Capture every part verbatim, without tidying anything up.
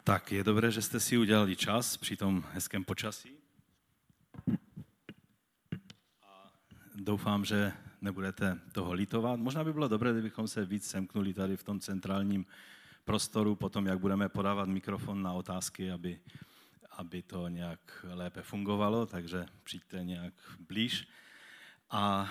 Tak, je dobré, že jste si udělali čas při tom hezkém počasí. A doufám, že nebudete toho litovat. Možná by bylo dobré, kdybychom se víc semknuli tady v tom centrálním prostoru, potom jak budeme podávat mikrofon na otázky, aby, aby to nějak lépe fungovalo, takže přijďte nějak blíž. A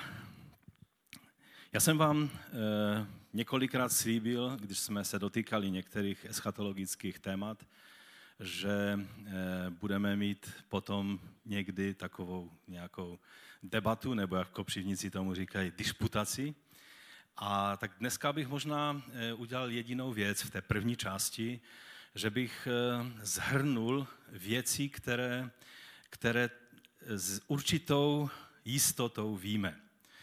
já jsem vám eh, několikrát slíbil, když jsme se dotýkali některých eschatologických témat, že eh, budeme mít potom někdy takovou nějakou debatu, nebo jak kopřivníci tomu říkají, disputaci. A tak dneska bych možná eh, udělal jedinou věc v té první části, že bych eh, zhrnul věci, které, které s určitou jistotou víme.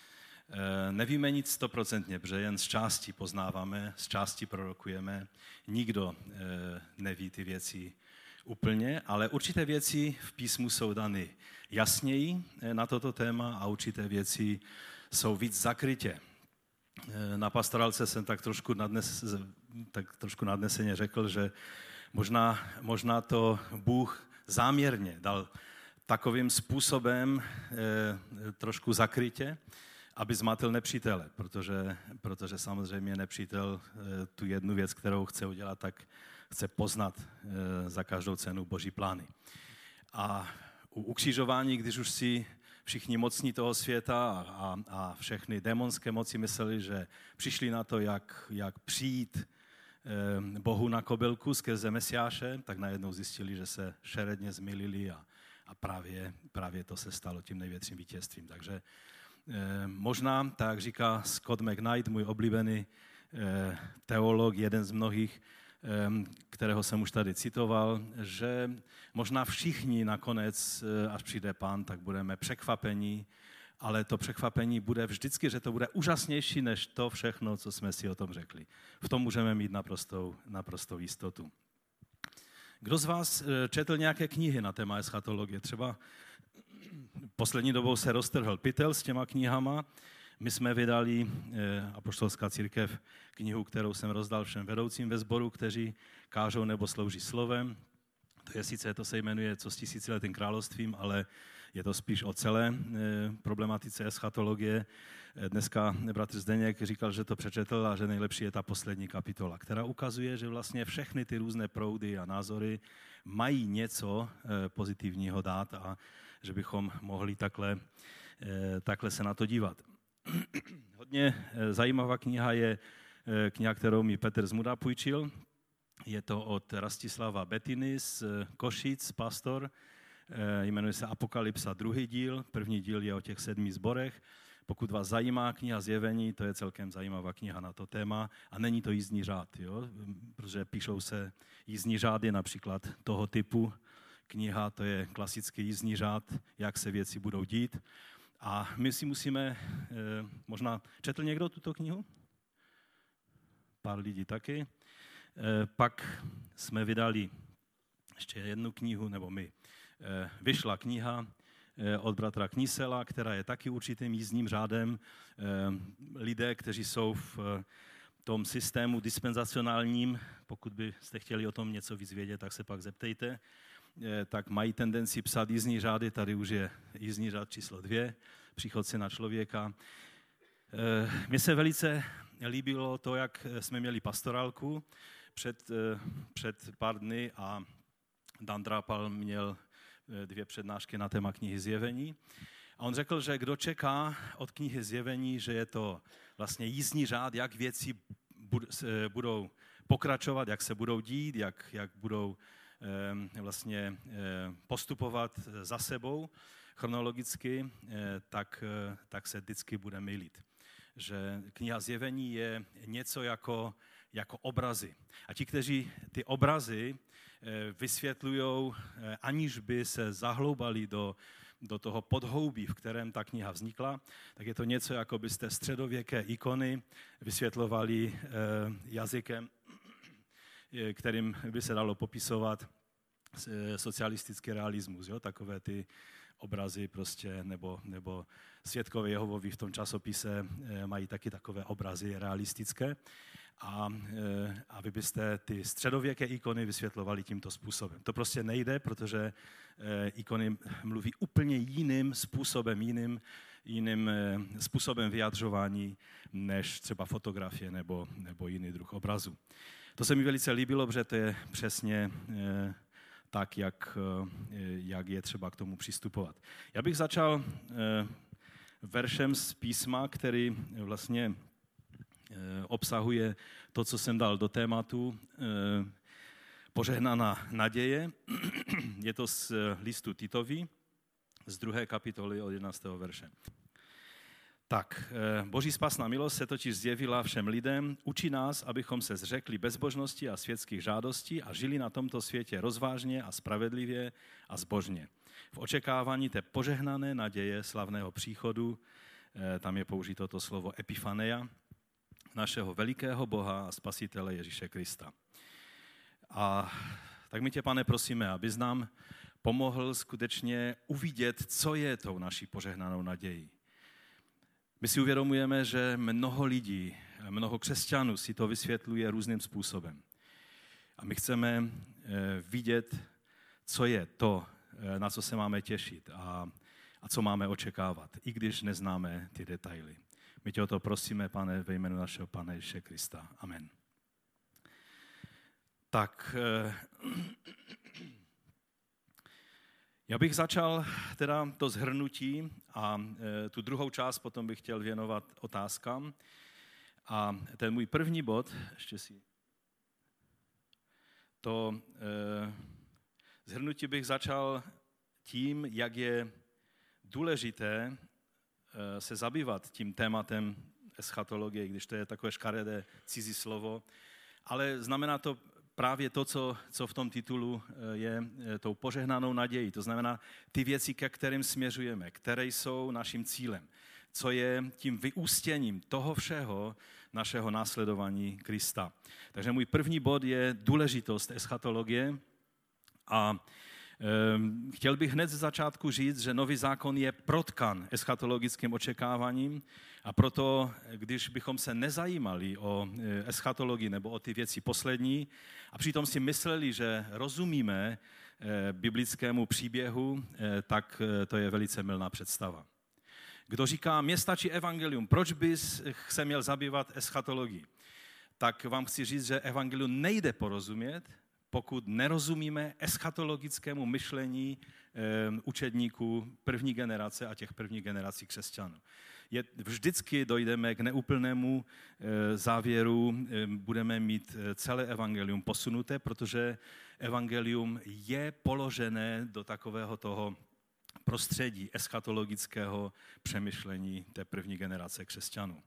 Nevíme nic stoprocentně, protože jen z části poznáváme, z části prorokujeme. Nikdo neví ty věci úplně, ale určité věci v písmu jsou dany jasněji na toto téma a určité věci jsou víc zakrytě. Na pastorálce jsem tak trošku, nadnes, tak trošku nadneseně řekl, že možná, možná to Bůh záměrně dal takovým způsobem trošku zakrytě, aby zmatil nepřítele, protože, protože samozřejmě nepřítel tu jednu věc, kterou chce udělat, tak chce poznat za každou cenu Boží plány. A u ukřižování, když už si všichni mocní toho světa a, a, a všechny démonské moci mysleli, že přišli na to, jak, jak přijít Bohu na kobylku skrze Mesiáše, tak najednou zjistili, že se šeredně zmylili a, a právě, právě to se stalo tím největším vítězstvím. Takže možná, tak říká Scott McKnight, můj oblíbený teolog, jeden z mnohých, kterého jsem už tady citoval, že možná všichni nakonec, až přijde Pán, tak budeme překvapení, ale to překvapení bude vždycky, že to bude úžasnější než to všechno, co jsme si o tom řekli. V tom můžeme mít naprostou, naprostou jistotu. Kdo z vás četl nějaké knihy na téma eschatologie? Třeba poslední dobou se roztrhl pytel s těma knihama. My jsme vydali, eh, Apoštolská církev, knihu, kterou jsem rozdal všem vedoucím ve sboru, kteří kážou nebo slouží slovem. To je sice, to se jmenuje Co s tisíciletým královstvím, ale je to spíš o celé eh, problematice eschatologie. Dneska bratr Zdeněk říkal, že to přečetl a že nejlepší je ta poslední kapitola, která ukazuje, že vlastně všechny ty různé proudy a názory mají něco eh, pozitivního dát a že bychom mohli takhle, takhle se na to dívat. Hodně zajímavá kniha je kniha, kterou mi Petr Zmuda půjčil. Je to od Rastislava Betiny z Košic, pastor. Jmenuje se Apokalypsa, druhý díl. První díl je o těch sedmi sborech. Pokud vás zajímá kniha Zjevení, to je celkem zajímavá kniha na to téma. A není to jízdní řád, jo? Protože píšou se jízdní řády například toho typu. Kniha, to je klasický jízdní řád, jak se věci budou dít. A my si musíme, možná četl někdo tuto knihu? Pár lidí taky. Pak jsme vydali ještě jednu knihu, nebo my. Vyšla kniha od bratra Knisela, která je taky určitým jízdním řádem. Lidé, kteří jsou v tom systému dispenzacionálním, pokud byste chtěli o tom něco víc vědět, tak se pak zeptejte, tak mají tendenci psát jízdní řády. Tady už je jízdní řád číslo dvě, Příchod Syna člověka. Mně se velice líbilo to, jak jsme měli pastorálku před, před pár dny a Dan Drápal měl dvě přednášky na téma knihy Zjevení. A on řekl, že kdo čeká od knihy Zjevení, že je to vlastně jízdní řád, jak věci budou pokračovat, jak se budou dít, jak, jak budou vlastně postupovat za sebou chronologicky, tak, tak se vždycky bude mýlit. Že kniha Zjevení je něco jako, jako obrazy. A ti, kteří ty obrazy vysvětlují, aniž by se zahloubali do, do toho podhoubí, v kterém ta kniha vznikla, tak je to něco, jako byste středověké ikony vysvětlovali jazykem, kterým by se dalo popisovat socialistický realismus, jo? Takové ty obrazy prostě, nebo, nebo Svědkové Jehovovi v tom časopise mají taky takové obrazy realistické. a, a vy byste ty středověké ikony vysvětlovali tímto způsobem. To prostě nejde, protože ikony mluví úplně jiným způsobem, jiným, jiným způsobem vyjadřování než třeba fotografie nebo, nebo jiný druh obrazu. To se mi velice líbilo, protože to je přesně tak, jak, jak je třeba k tomu přistupovat. Já bych začal veršem z písma, který vlastně obsahuje to, co jsem dal do tématu, požehnaná naděje. Je to z listu Titovi, z druhé kapitoly od jedenáctého verše. Tak, Boží spásná milost se totiž zjevila všem lidem, učí nás, abychom se zřekli bezbožnosti a světských žádostí a žili na tomto světě rozvážně a spravedlivě a zbožně. V očekávání té požehnané naděje slavného příchodu, tam je použito to slovo epifaneia, našeho velikého Boha a Spasitele Ježíše Krista. A tak my tě, Pane, prosíme, abys nám pomohl skutečně uvidět, co je tou naší požehnanou nadějí. My si uvědomujeme, že mnoho lidí, mnoho křesťanů si to vysvětluje různým způsobem. A my chceme vidět, co je to, na co se máme těšit a, a co máme očekávat, i když neznáme ty detaily. My tě o to prosíme, Pane, ve jménu našeho Pana Ježíše Krista. Amen. Tak, já bych začal teda to shrnutí a tu druhou část potom bych chtěl věnovat otázkám. A ten můj první bod, ještě si to shrnutí bych začal tím, jak je důležité se zabývat tím tématem eschatologie, když to je takové škaredé cizí slovo, ale znamená to právě to, co, co v tom titulu je tou požehnanou nadějí. To znamená ty věci, ke kterým směřujeme, které jsou naším cílem, co je tím vyústěním toho všeho našeho následování Krista. Takže můj první bod je důležitost eschatologie a e, chtěl bych hned z začátku říct, že Nový zákon je protkan eschatologickým očekáváním a proto, když bychom se nezajímali o eschatologii nebo o ty věci poslední a přitom si mysleli, že rozumíme biblickému příběhu, tak to je velice mylná představa. Kdo říká, mně stačí evangelium, proč bys se měl zabývat eschatologií? Tak vám chci říct, že evangelium nejde porozumět, pokud nerozumíme eschatologickému myšlení učedníků první generace a těch prvních generací křesťanů. Je, vždycky dojdeme k neúplnému e, závěru, e, budeme mít celé evangelium posunuté, protože evangelium je položené do takového toho prostředí eschatologického přemýšlení té první generace křesťanů.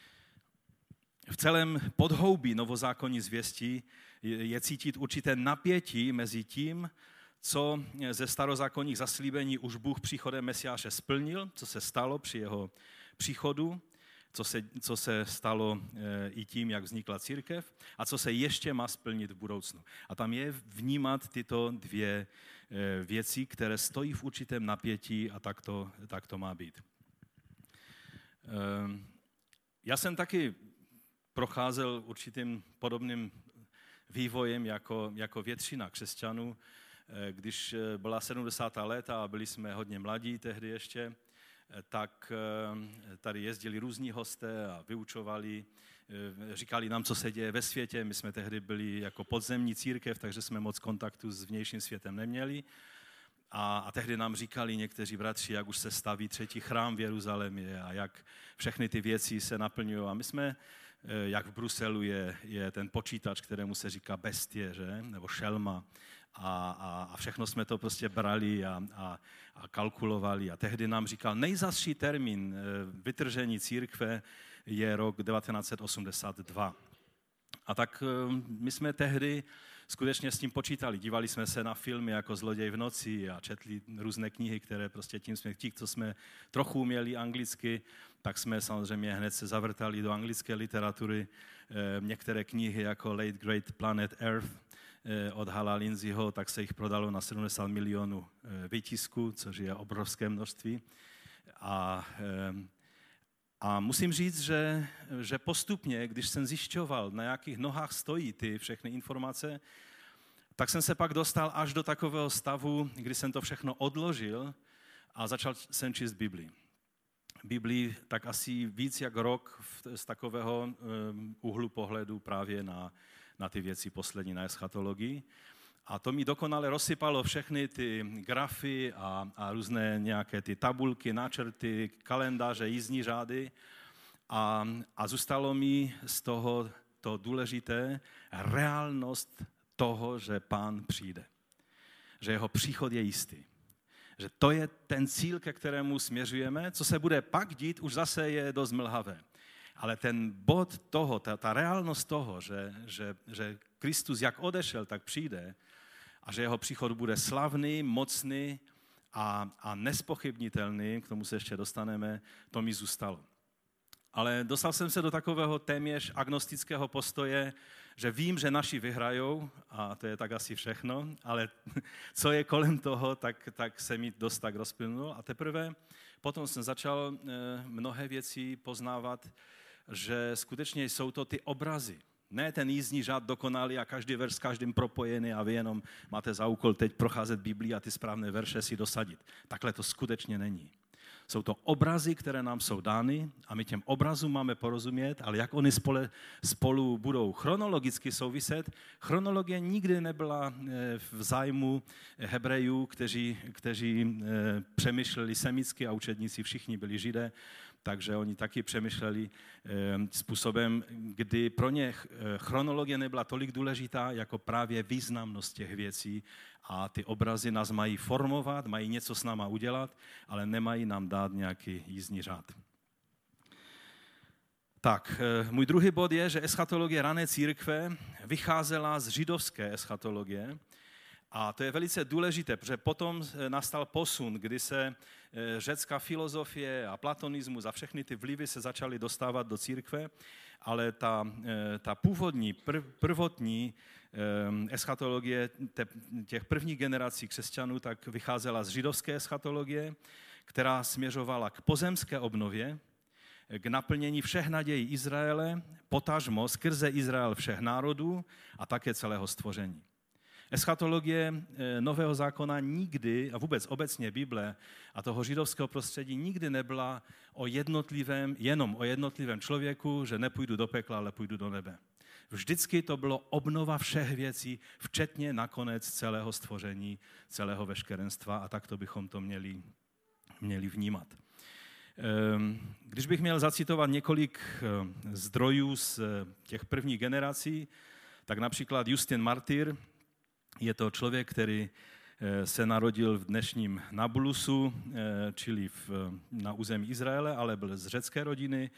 V celém podhoubí novozákonní zvěstí je, je cítit určité napětí mezi tím, co ze starozákonních zaslíbení už Bůh příchodem Mesiáše splnil, co se stalo při jeho příchodu, co se, co se stalo e, i tím, jak vznikla církev a co se ještě má splnit v budoucnu. A tam je vnímat tyto dvě e, věci, které stojí v určitém napětí a tak to, tak to má být. E, já jsem taky procházel určitým podobným vývojem jako, jako většina křesťanů, když byla sedmdesátá léta a byli jsme hodně mladí tehdy ještě, tak tady jezdili různí hosté a vyučovali, říkali nám, co se děje ve světě. My jsme tehdy byli jako podzemní církev, takže jsme moc kontaktu s vnějším světem neměli. A, a tehdy nám říkali někteří bratři, jak už se staví třetí chrám v Jeruzalémě a jak všechny ty věci se naplňují. A my jsme, jak v Bruselu je, je ten počítač, kterému se říká bestie, že? Nebo šelma. A, a, a všechno jsme to prostě brali a, a, a kalkulovali. A tehdy nám říkal, nejzazší termín vytržení církve je rok devatenáct set osmdesát dva. A tak my jsme tehdy skutečně s tím počítali. Dívali jsme se na filmy jako Zloděj v noci a četli různé knihy, které prostě tím jsme, ti, co jsme trochu uměli anglicky, tak jsme samozřejmě hned se zavrtali do anglické literatury. Některé knihy jako Late Great Planet Earth od Hala Lindseyho, tak se jich prodalo na sedmdesát milionů výtisků, což je obrovské množství. A, A musím říct, že, že postupně, když jsem zjišťoval, na jakých nohách stojí ty všechny informace, tak jsem se pak dostal až do takového stavu, kdy jsem to všechno odložil a začal jsem číst Biblii. Biblii tak asi víc jak rok z takového um, úhlu pohledu právě na, na ty věci poslední, na eschatologii. A to mi dokonale rozsypalo všechny ty grafy a, a různé nějaké ty tabulky, náčrty, kalendáře, jízdní řády. A, a zůstalo mi z toho to důležité, reálnost toho, že Pán přijde. Že jeho příchod je jistý. Že to je ten cíl, ke kterému směřujeme. Co se bude pak dít, už zase je dost mlhavé. Ale ten bod toho, ta, ta reálnost toho, že, že, že Kristus jak odešel, tak přijde a že jeho příchod bude slavný, mocný a, a nespochybnitelný, k tomu se ještě dostaneme, to mi zůstalo. Ale dostal jsem se do takového téměř agnostického postoje, že vím, že naši vyhrajou, a to je tak asi všechno, ale co je kolem toho, tak, tak se mi dost tak rozplynul. A teprve potom jsem začal mnohé věci poznávat, že skutečně jsou to ty obrazy. Ne ten jízdní řád dokonalý a každý verš s každým propojený a vy jenom máte za úkol teď procházet Biblii a ty správné verše si dosadit. Takhle to skutečně není. Jsou to obrazy, které nám jsou dány a my těm obrazům máme porozumět, ale jak oni spole, spolu budou chronologicky souviset, chronologie nikdy nebyla v zájmu Hebrejů, kteří, kteří přemýšleli semicky a učedníci všichni byli Židé, takže oni taky přemýšleli způsobem, kdy pro ně chronologie nebyla tolik důležitá, jako právě významnost těch věcí a ty obrazy nás mají formovat, mají něco s náma udělat, ale nemají nám dát nějaký jízdní řád. Tak, můj druhý bod je, že eschatologie rané církve vycházela z židovské eschatologie. A to je velice důležité, protože potom nastal posun, kdy se řecká filozofie a platonismus a všechny ty vlivy se začaly dostávat do církve, ale ta, ta původní, prv, prvotní eschatologie těch prvních generací křesťanů tak vycházela z židovské eschatologie, která směřovala k pozemské obnově, k naplnění všech nadějí Izraele, potažmo skrze Izrael všech národů a také celého stvoření. Eschatologie Nového zákona nikdy, a vůbec obecně Bible a toho židovského prostředí nikdy nebyla o jednotlivém, jenom o jednotlivém člověku, že nepůjdu do pekla, ale půjdu do nebe. Vždycky to bylo obnova všech věcí, včetně nakonec celého stvoření, celého veškerenstva a takto bychom to měli, měli vnímat. Když bych měl zacitovat několik zdrojů z těch prvních generací, tak například Justin Martyr, je to člověk, který se narodil v dnešním Nabulusu, čili v, na území Izraele, ale byl z řecké rodiny,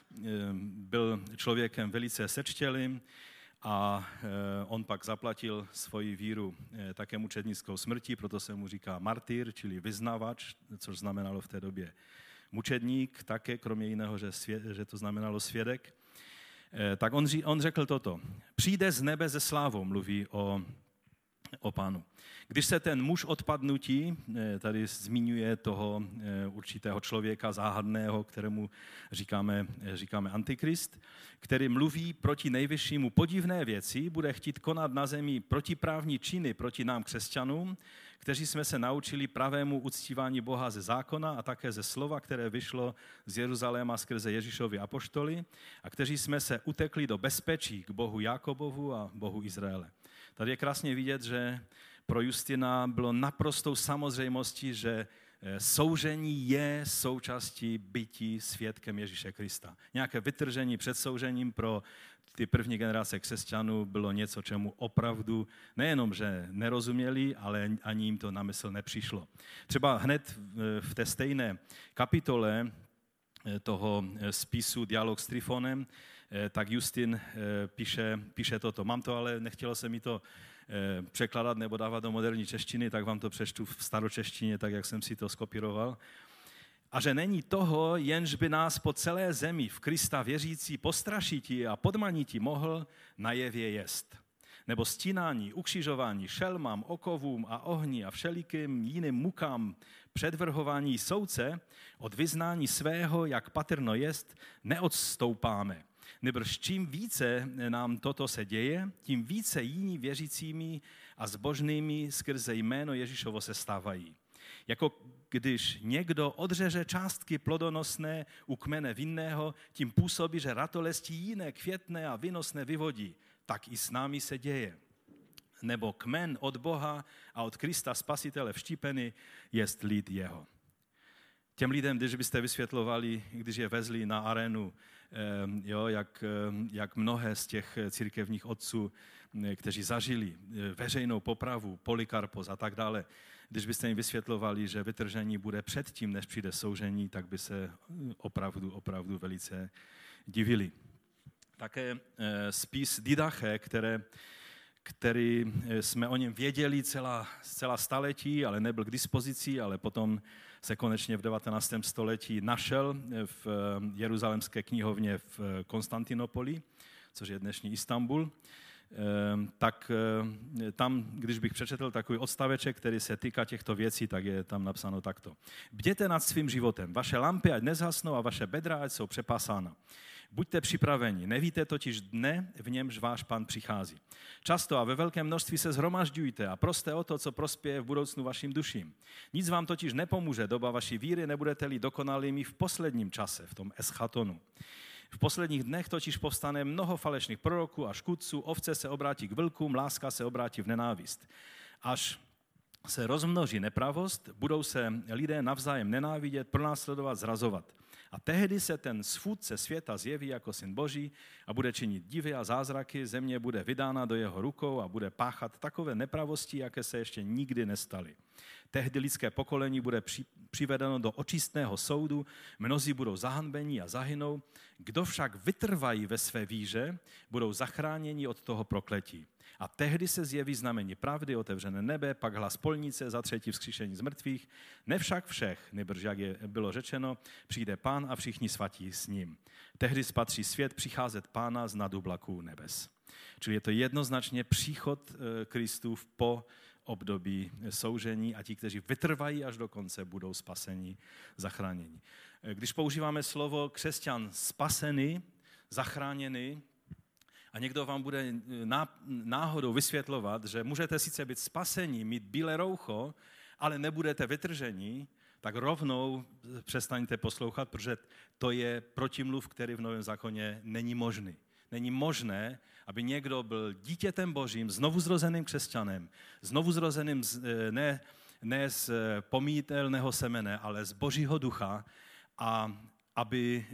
byl člověkem velice sečtělým a on pak zaplatil svoji víru také mučednickou smrtí, proto se mu říká martyr, čili vyznavač, což znamenalo v té době mučedník, také kromě jiného, že, svěd, že to znamenalo svědek. Tak on, on řekl toto. Přijde z nebe ze slávou, mluví o o Pánu. Když se ten muž odpadnutí, tady zmiňuje toho určitého člověka záhadného, kterému říkáme, říkáme Antikrist, který mluví proti nejvyššímu podivné věci, bude chtít konat na zemi protiprávní činy proti nám křesťanům, kteří jsme se naučili pravému uctívání Boha ze zákona a také ze slova, které vyšlo z Jeruzaléma skrze Ježíšovi apoštoly a kteří jsme se utekli do bezpečí k Bohu Jákobovu a Bohu Izraele. Tady je krásně vidět, že pro Justina bylo naprostou samozřejmostí, že soužení je součástí bytí svědkem Ježíše Krista. Nějaké vytržení před soužením pro ty první generace křesťanů bylo něco, čemu opravdu nejenom, že nerozuměli, ale ani jim to na mysl nepřišlo. Třeba hned v té stejné kapitole toho spisu Dialog s Tryfonem, tak Justin píše, píše toto. Mám to, ale nechtělo se mi to překládat nebo dávat do moderní češtiny, tak vám to přečtu v staročeštině, tak jak jsem si to skopíroval. A že není toho, jenž by nás po celé zemi v Krista věřící postrašití a podmanití mohl na jevě jest. nebo stínání, ukřižování, šelmám, okovům a ohni a všelikým jiným mukám předvrhování soudce, od vyznání svého, jak patrno jest, neodstoupáme. Nebož čím více nám toto se děje, tím více jiní věřícími a zbožnými skrze jméno Ježíšovo se stávají. Jako když někdo odřeže částky plodonosné u kmene vinného, tím působí, že ratolesti jiné květné a vynosné vyvodí. Tak i s námi se děje. Nebo kmen od Boha a od Krista Spasitele vštípený jest lid jeho. Těm lidem, když byste vysvětlovali, když je vezli na arénu, jo, jak, jak mnohé z těch církevních otců, kteří zažili veřejnou popravu, Polykarpos a tak dále, když byste jim vysvětlovali, že vytržení bude předtím, než přijde soužení, tak by se opravdu, opravdu velice divili. Také spis Didache, které, který jsme o něm věděli celá, celá staletí, ale nebyl k dispozici, ale potom se konečně v devatenáctém století našel v jeruzalémské knihovně v Konstantinopoli, což je dnešní Istanbul. Tak tam, když bych přečetl takový odstaveček, který se týká těchto věcí, tak je tam napsáno takto. Bděte nad svým životem, vaše lampy ať nezhasnou a vaše bedra ať jsou přepásána. Buďte připraveni, nevíte totiž dne, v němž váš Pán přichází. Často a ve velkém množství se shromažďujte a proste o to, co prospěje v budoucnu vašim duším. Nic vám totiž nepomůže, doba vaší víry, nebudete-li dokonalými v posledním čase, v tom eschatonu. V posledních dnech totiž povstane mnoho falešných proroků a škůdců, ovce se obrátí k vlkům, láska se obrátí v nenávist. Až se rozmnoží nepravost, budou se lidé navzájem nenávidět, pronásledovat, zrazovat. A tehdy se ten svůdce světa zjeví jako syn Boží a bude činit divy a zázraky, země bude vydána do jeho rukou a bude páchat takové nepravosti, jaké se ještě nikdy nestaly. Tehdy lidské pokolení bude při, přivedeno do očistného soudu, mnozí budou zahanbeni a zahynou, kdo však vytrvají ve své víře, budou zachráněni od toho prokletí. A tehdy se zjeví znamení pravdy, otevřené nebe, pak hlas polnice, za třetí vzkříšení z mrtvých. Ne však všech, nýbrž jak je bylo řečeno, přijde Pán a všichni svatí s ním. Tehdy spatří svět přicházet Pána z nad oblaků nebes. Čili je to jednoznačně příchod Kristův po období soužení a ti, kteří vytrvají až do konce, budou spaseni, zachráněni. Když používáme slovo křesťan spasený, zachráněný, a někdo vám bude náhodou vysvětlovat, že můžete sice být spasení, mít bílé roucho, ale nebudete vytržení, tak rovnou přestaňte poslouchat, protože to je protimluv, který v Novém zákoně není možný. Není možné, aby někdo byl dítětem Božím, znovuzrozeným křesťanem, znovuzrozeným z, ne, ne z pomítelného semene, ale z Božího ducha a aby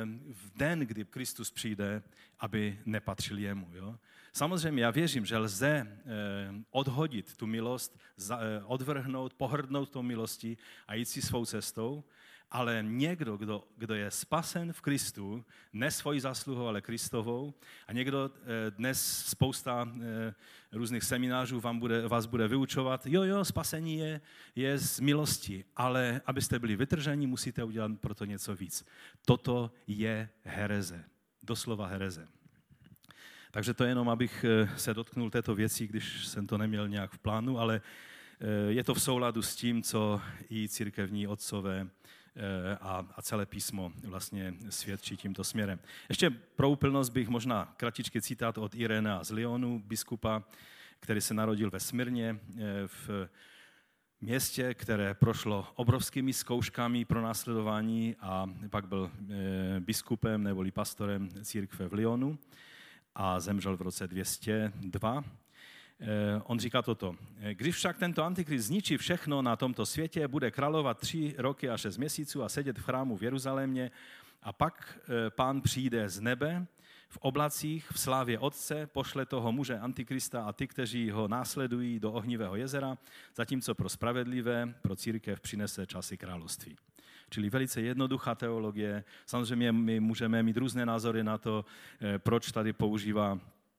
v den, kdy Kristus přijde, aby nepatřil jemu. Jo? Samozřejmě já věřím, že lze odhodit tu milost, odvrhnout, pohrdnout tou milostí a jít si svou cestou, ale někdo, kdo, kdo je spasen v Kristu, ne svojí zásluhou, ale Kristovou, a někdo dnes spousta různých seminářů vám bude, vás bude vyučovat, jo, jo, spasení je, je z milosti, ale abyste byli vytrženi, musíte udělat pro to něco víc. Toto je hereze, doslova hereze. Takže to jenom, abych se dotknul této věci, když jsem to neměl nějak v plánu, ale je to v souladu s tím, co i církevní otcové a, a celé písmo vlastně svědčí tímto směrem. Ještě pro úplnost bych možná kratičký citát od Iréna z Lyonu, biskupa, který se narodil ve Smyrně, v městě, které prošlo obrovskými zkouškami pro následování a pak byl biskupem neboli pastorem církve v Lyonu a zemřel v roce dvě stě dva. On říká toto. Když však tento antikrist zničí všechno na tomto světě, bude královat tři roky a šest měsíců a sedět v chrámu v Jeruzalémě a pak Pán přijde z nebe v oblacích v slávě Otce, pošle toho muže antikrista a ty, kteří ho následují do ohnivého jezera, zatímco pro spravedlivé, pro církev přinese časy království. Čili velice jednoduchá teologie. Samozřejmě my můžeme mít různé názory na to, proč tady používá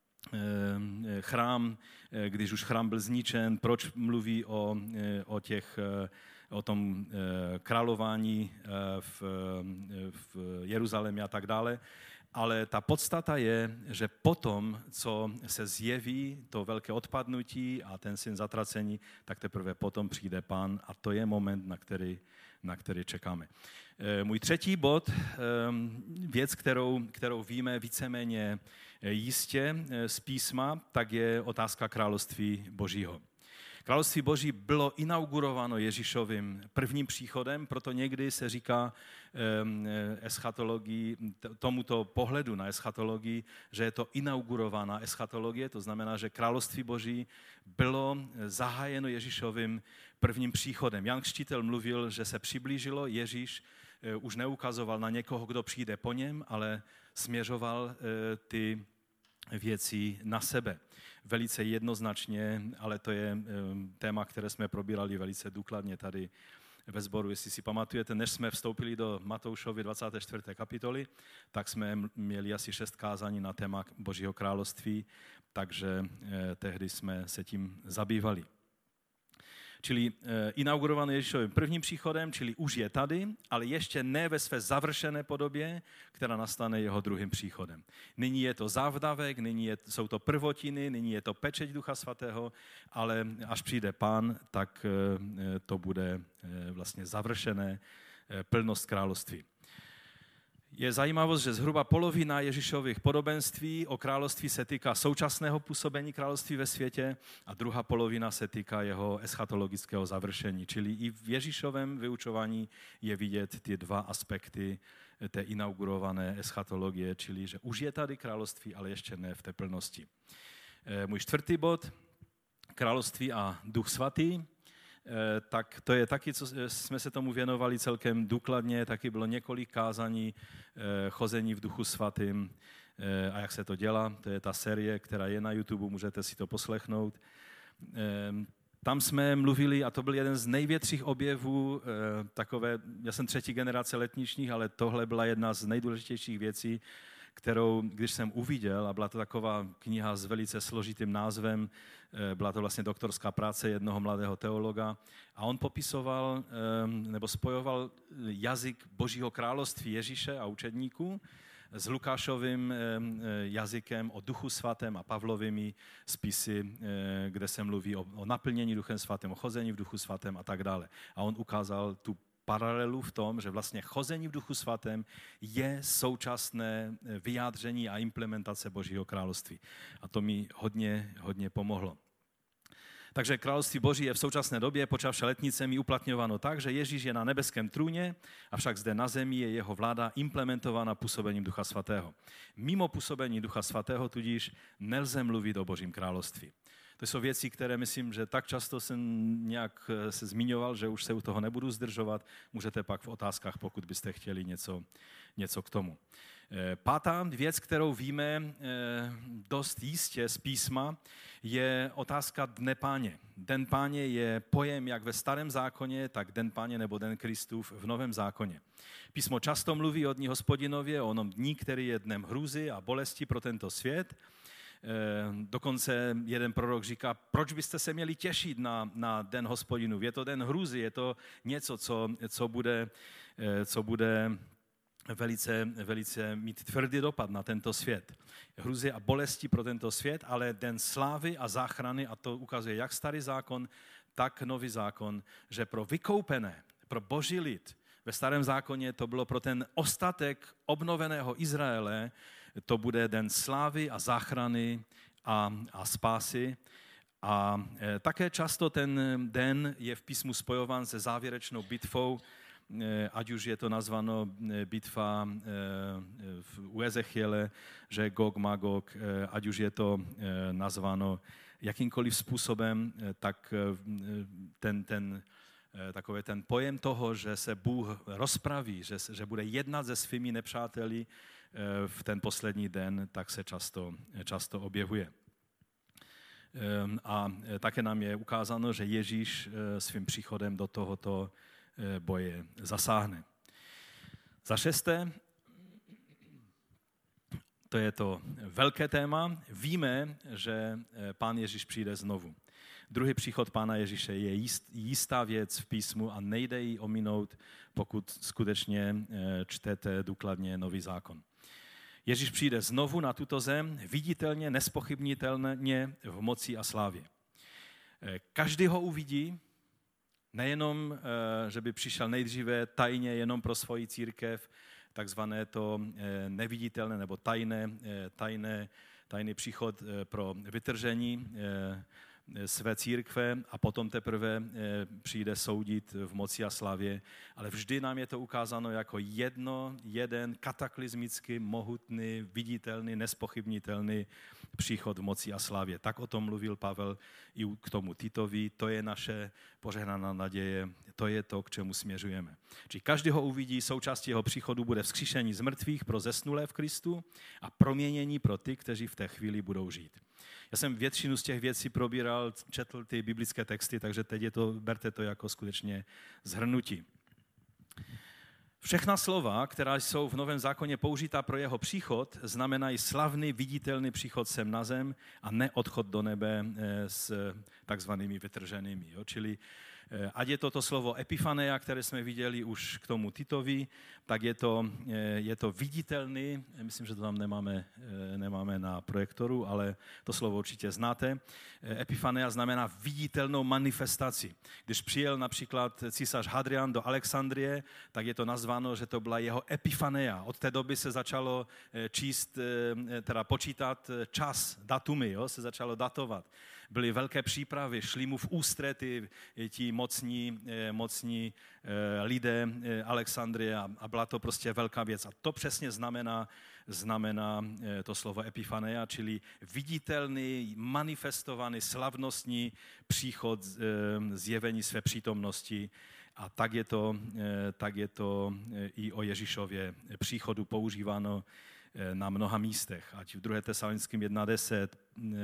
chrám, když už chrám byl zničen, proč mluví o, o, těch, o tom králování v, v Jeruzalémě a tak dále. ale ta podstata je, že potom, co se zjeví to velké odpadnutí a ten syn zatracení, tak teprve potom přijde Pán a to je moment, na který, na který čekáme. Můj třetí bod, věc, kterou, kterou víme víceméně jistě z písma, tak je otázka království Božího. Království Boží bylo inaugurováno Ježíšovým prvním příchodem, proto někdy se říká eschatologii, tomuto pohledu na eschatologii, že je to inaugurovaná eschatologie, to znamená, že království Boží bylo zahájeno Ježíšovým prvním příchodem. Jan Křtitel mluvil, že se přiblížilo, Ježíš už neukazoval na někoho, kdo přijde po něm, ale směřoval ty věcí na sebe. Velice jednoznačně, ale to je téma, které jsme probírali velice důkladně tady ve sboru. Jestli si pamatujete, než jsme vstoupili do Matoušovy dvacáté čtvrté kapitoly, tak jsme měli asi šest kázání na téma Božího království, takže tehdy jsme se tím zabývali. Čili inaugurovaný Ježíšovým prvním příchodem, čili už je tady, ale ještě ne ve své završené podobě, která nastane jeho druhým příchodem. Nyní je to závdavek, nyní je, jsou to prvotiny, nyní je to pečeť Ducha Svatého, ale až přijde Pán, tak to bude vlastně završené plnost království. Je zajímavost, že zhruba polovina Ježíšových podobenství o království se týká současného působení království ve světě a druhá polovina se týká jeho eschatologického završení. Čili i v Ježíšovém vyučování je vidět ty dva aspekty té inaugurované eschatologie, čili že už je tady království, ale ještě ne v té plnosti. Můj čtvrtý bod, království a Duch Svatý. Tak to je taky, co jsme se tomu věnovali celkem důkladně, taky bylo několik kázání chození v Duchu Svatým a jak se to dělá. To je ta série, která je na YouTube, můžete si to poslechnout. Tam jsme mluvili, a to byl jeden z největších objevů, takové, já jsem třetí generace letničních, ale tohle byla jedna z nejdůležitějších věcí, kterou, když jsem uviděl, a byla to taková kniha s velice složitým názvem, byla to vlastně doktorská práce jednoho mladého teologa, a on popisoval nebo spojoval jazyk Božího království Ježíše a učedníků s Lukášovým jazykem o Duchu Svatém a Pavlovými spisy, kde se mluví o, o naplnění Duchem Svatým, o chození v Duchu Svatém a tak dále. A on ukázal tu paralelu v tom, že vlastně chození v Duchu Svatém je současné vyjádření a implementace Božího království. A to mi hodně, hodně pomohlo. Takže království Boží je v současné době, počavše letnicemi, uplatňováno tak, že Ježíš je na nebeském trůně, avšak zde na zemi je jeho vláda implementována působením Ducha Svatého. Mimo působení Ducha Svatého tudíž nelze mluvit o Božím království. To jsou věci, které myslím, že tak často jsem nějak se zmiňoval, že už se u toho nebudu zdržovat. Můžete pak v otázkách, pokud byste chtěli něco, něco k tomu. Pátá věc, kterou víme dost jistě z písma, je otázka Dne Páně. Den Páně je pojem jak ve Starém zákoně, tak Den Páně nebo Den Kristův v Novém zákoně. Písmo často mluví o dní Hospodinově, o onom dní, který je dnem hrůzy a bolesti pro tento svět. Dokonce jeden prorok říká, proč byste se měli těšit na, na den Hospodinův. Je to den hrůzy, je to něco, co, co bude, co bude velice, velice mít tvrdý dopad na tento svět. Hrůzy a bolesti pro tento svět, ale den slávy a záchrany, a to ukazuje jak starý zákon, tak nový zákon, že pro vykoupené, pro boží lid, ve starém zákoně to bylo pro ten ostatek obnoveného Izraele, to bude den slávy a záchrany a, a spásy. A e, také často ten den je v písmu spojován se závěrečnou bitvou, e, ať už je to nazváno bitva e, u Ezechiele, že Gog Magog, e, ať už je to e, nazváno jakýmkoliv způsobem, e, tak e, ten, ten takový ten pojem toho, že se Bůh rozpraví, že, že bude jednat se svými nepřáteli v ten poslední den, tak se často, často objevuje. A také nám je ukázáno, že Ježíš svým příchodem do tohoto boje zasáhne. Za šesté, to je to velké téma, víme, že Pán Ježíš přijde znovu. Druhý příchod Pána Ježíše je jist, jistá věc v písmu a nejde ji ominout, pokud skutečně čtete důkladně Nový zákon. Ježíš přijde znovu na tuto zem, viditelně, nespochybnitelně v moci a slávě. Každý ho uvidí, nejenom, že by přišel nejdříve tajně jenom pro svoji církev, takzvané to neviditelné nebo tajné, tajné, tajný příchod pro vytržení své církve a potom teprve přijde soudit v moci a slavě, ale vždy nám je to ukázáno jako jedno, jeden kataklizmicky mohutný, viditelný, nespochybnitelný příchod v moci a slavě. Tak o tom mluvil Pavel i k tomu Titovi, to je naše požehnaná naděje, to je to, k čemu směřujeme. Či každý ho uvidí, součástí jeho příchodu bude vzkříšení z mrtvých pro zesnulé v Kristu a proměnění pro ty, kteří v té chvíli budou žít. Já jsem většinu z těch věcí probíral, četl ty biblické texty, takže teď je to, berte to jako skutečně shrnutí. Všechna slova, která jsou v Novém zákoně použitá pro jeho příchod, znamenají slavný, viditelný příchod sem na zem a ne odchod do nebe s takzvanými vytrženými. Jo? Čili ať je to to slovo epifaneia, které jsme viděli už k tomu Titovi, tak je to, je to viditelný, myslím, že to tam nemáme, nemáme na projektoru, ale to slovo určitě znáte. Epifaneia znamená viditelnou manifestaci. Když přijel například císař Hadrian do Alexandrie, tak je to nazváno, že to byla jeho epifaneia. Od té doby se začalo číst, teda počítat čas, datumy, jo, se začalo datovat. Byly velké přípravy, šli mu v ústrety ti mocní, mocní lidé Alexandrie a byla to prostě velká věc. A to přesně znamená, znamená to slovo epifaneia, čili viditelný, manifestovaný, slavnostní příchod, zjevení své přítomnosti. A tak je to, tak je to i o Ježíšově příchodu používáno na mnoha místech. Ať v druhé Tesalonickým jedna deset,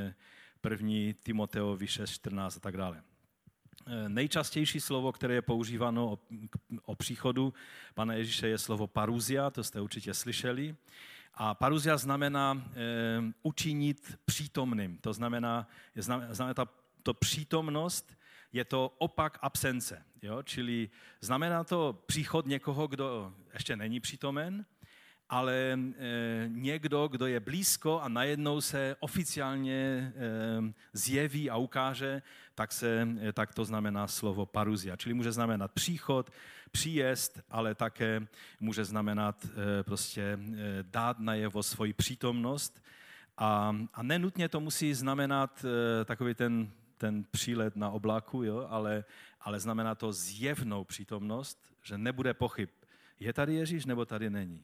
první Timoteovi šest čtrnáct a tak dále. Nejčastější slovo, které je používáno o, o příchodu Pana Ježíše, je slovo paruzia, to jste určitě slyšeli. A paruzia znamená e, učinit přítomným, to znamená, znamená ta, to přítomnost, je to opak absence, jo? Čili znamená to příchod někoho, kdo ještě není přítomen, ale e, někdo, kdo je blízko a najednou se oficiálně e, zjeví a ukáže, tak, se, e, tak to znamená slovo paruzia. Čili může znamenat příchod, příjezd, ale také může znamenat e, prostě e, dát najevo svoji přítomnost. A, a nenutně to musí znamenat e, takový ten, ten přílet na oblaku, jo? Ale, ale znamená to zjevnou přítomnost, že nebude pochyb. Je tady Ježíš, nebo tady není?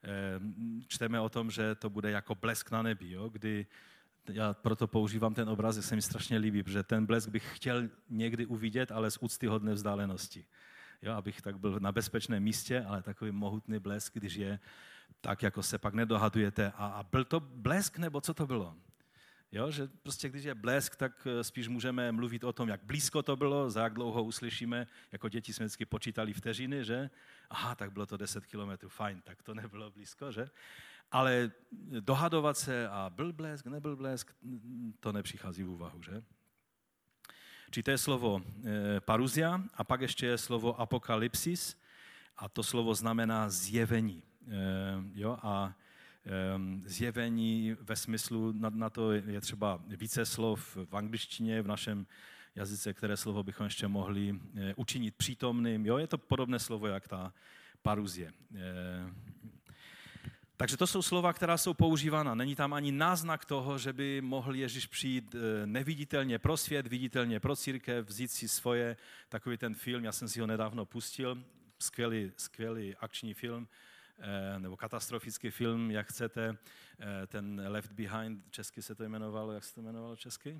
Čteme o tom, že to bude jako blesk na nebi, jo? Kdy já proto používám ten obraz, se mi strašně líbí, protože ten blesk bych chtěl někdy uvidět, ale z úctyhodné vzdálenosti. Jo? Abych tak byl na bezpečném místě, ale takový mohutný blesk, když je tak, jako se pak nedohadujete. A, a byl to blesk, nebo co to bylo? Jo, že prostě když je blesk, tak spíš můžeme mluvit o tom, jak blízko to bylo, za jak dlouho uslyšíme, jako děti jsme vždycky počítali vteřiny, že? Aha, tak bylo to deset kilometrů, fajn, tak to nebylo blízko, že? Ale dohadovat se a byl blesk, nebyl blesk, to nepřichází v úvahu, že? Či to je slovo e, paruzia a pak ještě je slovo apokalypsis a to slovo znamená zjevení, e, jo, a zjevení ve smyslu, na, na to je třeba více slov v angličtině, v našem jazyce, které slovo bychom ještě mohli učinit přítomným. Jo, je to podobné slovo, jak ta paruzie. Takže to jsou slova, která jsou používána. Není tam ani náznak toho, že by mohl Ježíš přijít neviditelně pro svět, viditelně pro církev, vzít si svoje, takový ten film, já jsem si ho nedávno pustil, skvělý, skvělý akční film, nebo katastrofický film, jak chcete, ten Left Behind, česky se to jmenovalo, jak se to jmenovalo česky?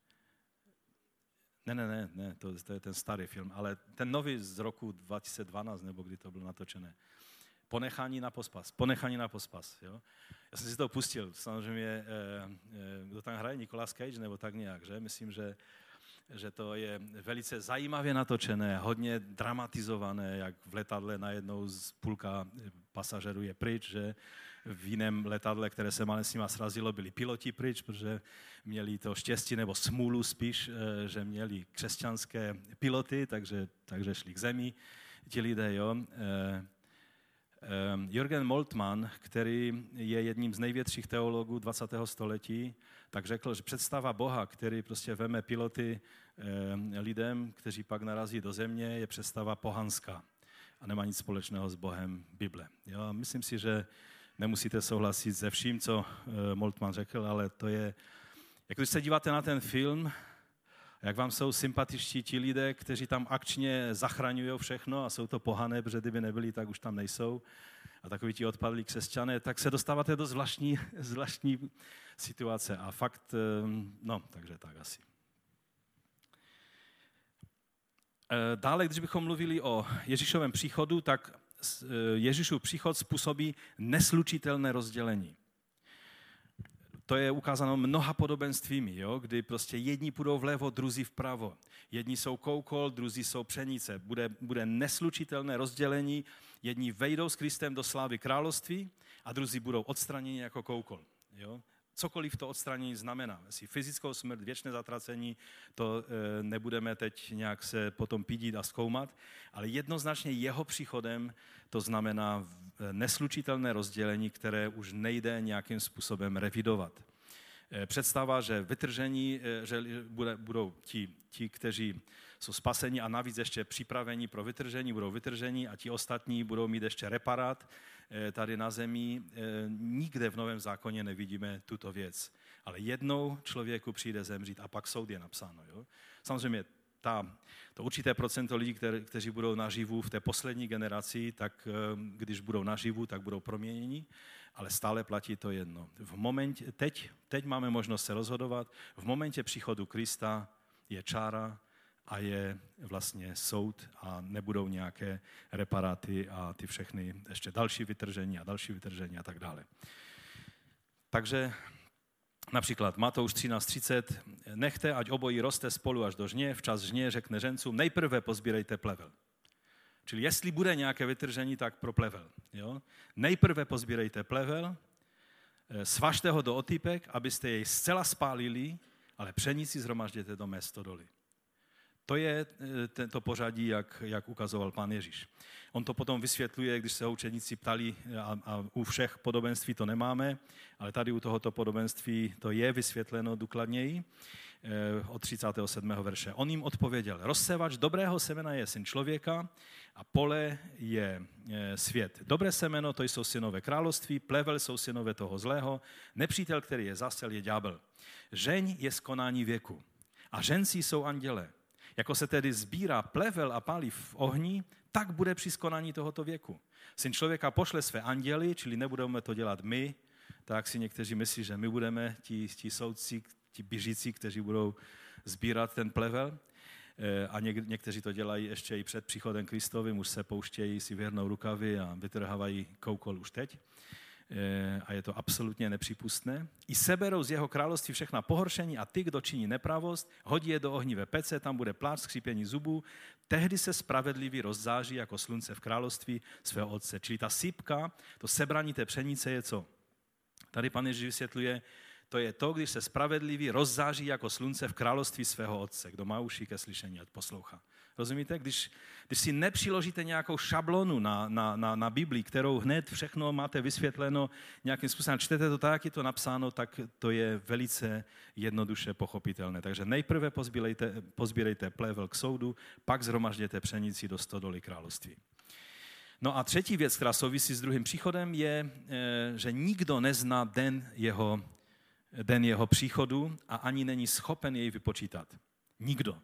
Ne, ne, ne, ne, to, to je ten starý film, ale ten nový z roku dva tisíce dvanáct, nebo kdy to bylo natočené. Ponechání na pospas, ponechání na pospas, jo. Já jsem si to pustil, samozřejmě, kdo tam hraje, Nicolas Cage, nebo tak nějak, že? Myslím, že že to je velice zajímavě natočené, hodně dramatizované, jak v letadle najednou z půlka pasažerů je pryč, že v jiném letadle, které se malé s nima srazilo, byli piloti pryč, protože měli to štěstí nebo smůlu spíš, že měli křesťanské piloty, takže, takže šli k zemi ti lidé, jo. Jürgen Moltmann, který je jedním z největších teologů dvacátého století, tak řekl, že představa Boha, který prostě veme piloty lidem, kteří pak narazí do země, je představa pohanská a nemá nic společného s Bohem Bible. Jo, myslím si, že nemusíte souhlasit se vším, co Moltmann řekl, ale to je, jak když se díváte na ten film, jak vám jsou sympatičtí ti lidé, kteří tam akčně zachraňují všechno a jsou to pohané, protože kdyby nebyli, tak už tam nejsou. A takoví ti odpadlí křesťané, tak se dostáváte do zvláštní, zvláštní situace. A fakt, no, takže tak asi. Dále, když bychom mluvili o Ježíšovém příchodu, tak Ježíšův příchod způsobí neslučitelné rozdělení. To je ukázáno mnoha podobenstvími, jo? Kdy prostě jedni půjdou vlevo, druzí vpravo. Jedni jsou koukol, druzí jsou pšenice. Bude, bude neslučitelné rozdělení. Jedni vejdou s Kristem do slávy království a druzí budou odstraněni jako koukol. Jo? Cokoliv to odstranění znamená. Jestli fyzickou smrt, věčné zatracení, to e, nebudeme teď nějak se potom pídit a zkoumat, ale jednoznačně jeho příchodem to znamená neslučitelné rozdělení, které už nejde nějakým způsobem revidovat. E, představa, že vytržení, e, že bude, budou ti, ti, kteří jsou spaseni a navíc ještě připraveni pro vytržení, budou vytrženi a ti ostatní budou mít ještě reparát tady na zemi. Nikde v Novém zákoně nevidíme tuto věc. Ale jednou člověku přijde zemřít a pak soud je napsáno. Jo? Samozřejmě ta, to určité procento lidí, které, kteří budou naživu v té poslední generaci, tak když budou naživu, tak budou proměněni, ale stále platí to jedno. V momentě, teď, teď máme možnost se rozhodovat, v momentě příchodu Krista je čára, a je vlastně soud a nebudou nějaké reparáty a ty všechny ještě další vytržení a další vytržení a tak dále. Takže například Matouš třináct třicet, nechte, ať obojí roste spolu až do žně, včas žně řekne žencům, nejprve pozbírejte plevel. Čili jestli bude nějaké vytržení, tak pro plevel. Jo? Nejprve pozbírejte plevel, svažte ho do otýpek, abyste jej zcela spálili, ale pšenici zhromažděte do mé stodoly. To je to pořadí, jak, jak ukazoval Pán Ježíš. On to potom vysvětluje, když se ho učeníci ptali, a, a u všech podobenství to nemáme, ale tady u tohoto podobenství to je vysvětleno důkladněji od třicátého sedmého verše. On jim odpověděl, rozsévač dobrého semena je syn člověka a pole je svět. Dobré semeno, to jsou synové království, plevel jsou synové toho zlého, nepřítel, který je zasel, je ďábel. Žeň je z konání věku a ženci jsou andělé. Jako se tedy sbírá plevel a pálí v ohni, tak bude při skonání tohoto věku. Syn člověka pošle své anděly, čili nebudeme to dělat my, tak si někteří myslí, že my budeme ti, ti soudci, ti běžící, kteří budou sbírat ten plevel. A něk, někteří to dělají ještě i před příchodem Kristovým, už se pouštějí si věrnou rukavy a vytrhávají koukol už teď. A je to absolutně nepřípustné. I seberou z jeho království všechna pohoršení a ty, kdo činí nepravost, hodí je do ohnivé pece, tam bude pláč, skřípění zubů, tehdy se spravedlivý rozzáří jako slunce v království svého otce. Čili ta sypka, to sebraní té pšenice je co? Tady Pán Ježíš vysvětluje, to je to, když se spravedlivý rozzáří jako slunce v království svého otce. Kdo má uši ke slyšení, ať poslouchá. Rozumíte? Když, když si nepřiložíte nějakou šablonu na, na, na, na Biblii, kterou hned všechno máte vysvětleno nějakým způsobem, čtete to tak, jak je to napsáno, tak to je velice jednoduše pochopitelné. Takže nejprve pozbírejte, pozbírejte plevel k soudu, pak zhromažděte pšenici do stodoly království. No a třetí věc, která souvisí s druhým příchodem, je, že nikdo nezná den jeho, den jeho příchodu a ani není schopen jej vypočítat. Nikdo.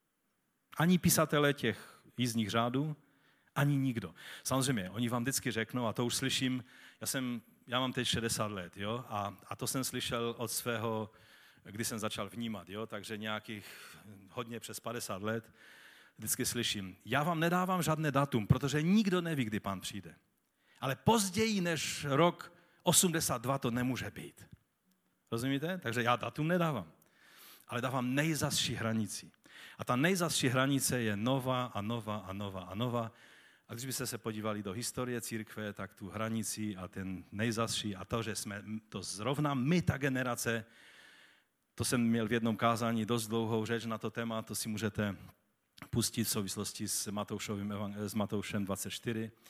Ani písatele těch jízdních řádů, ani nikdo. Samozřejmě, oni vám vždycky řeknou, a to už slyším, já, jsem, já mám teď šedesát let, jo, a, a to jsem slyšel od svého, kdy jsem začal vnímat, jo, takže nějakých hodně přes padesát let, vždycky slyším, já vám nedávám žádné datum, protože nikdo neví, kdy Pán přijde. Ale později než rok osmdesát dva to nemůže být. Rozumíte? Takže já datum nedávám, ale dávám nejzazší hranici. A ta nejzazší hranice je nová a nová a nová a nová. A když byste se podívali do historie církve, tak tu hranici a ten nejzazší a to, že jsme to zrovna my, ta generace, to jsem měl v jednom kázání dost dlouhou řeč na to téma, to si můžete pustit v souvislosti s Matoušovým, s Matoušem dvacet čtyři.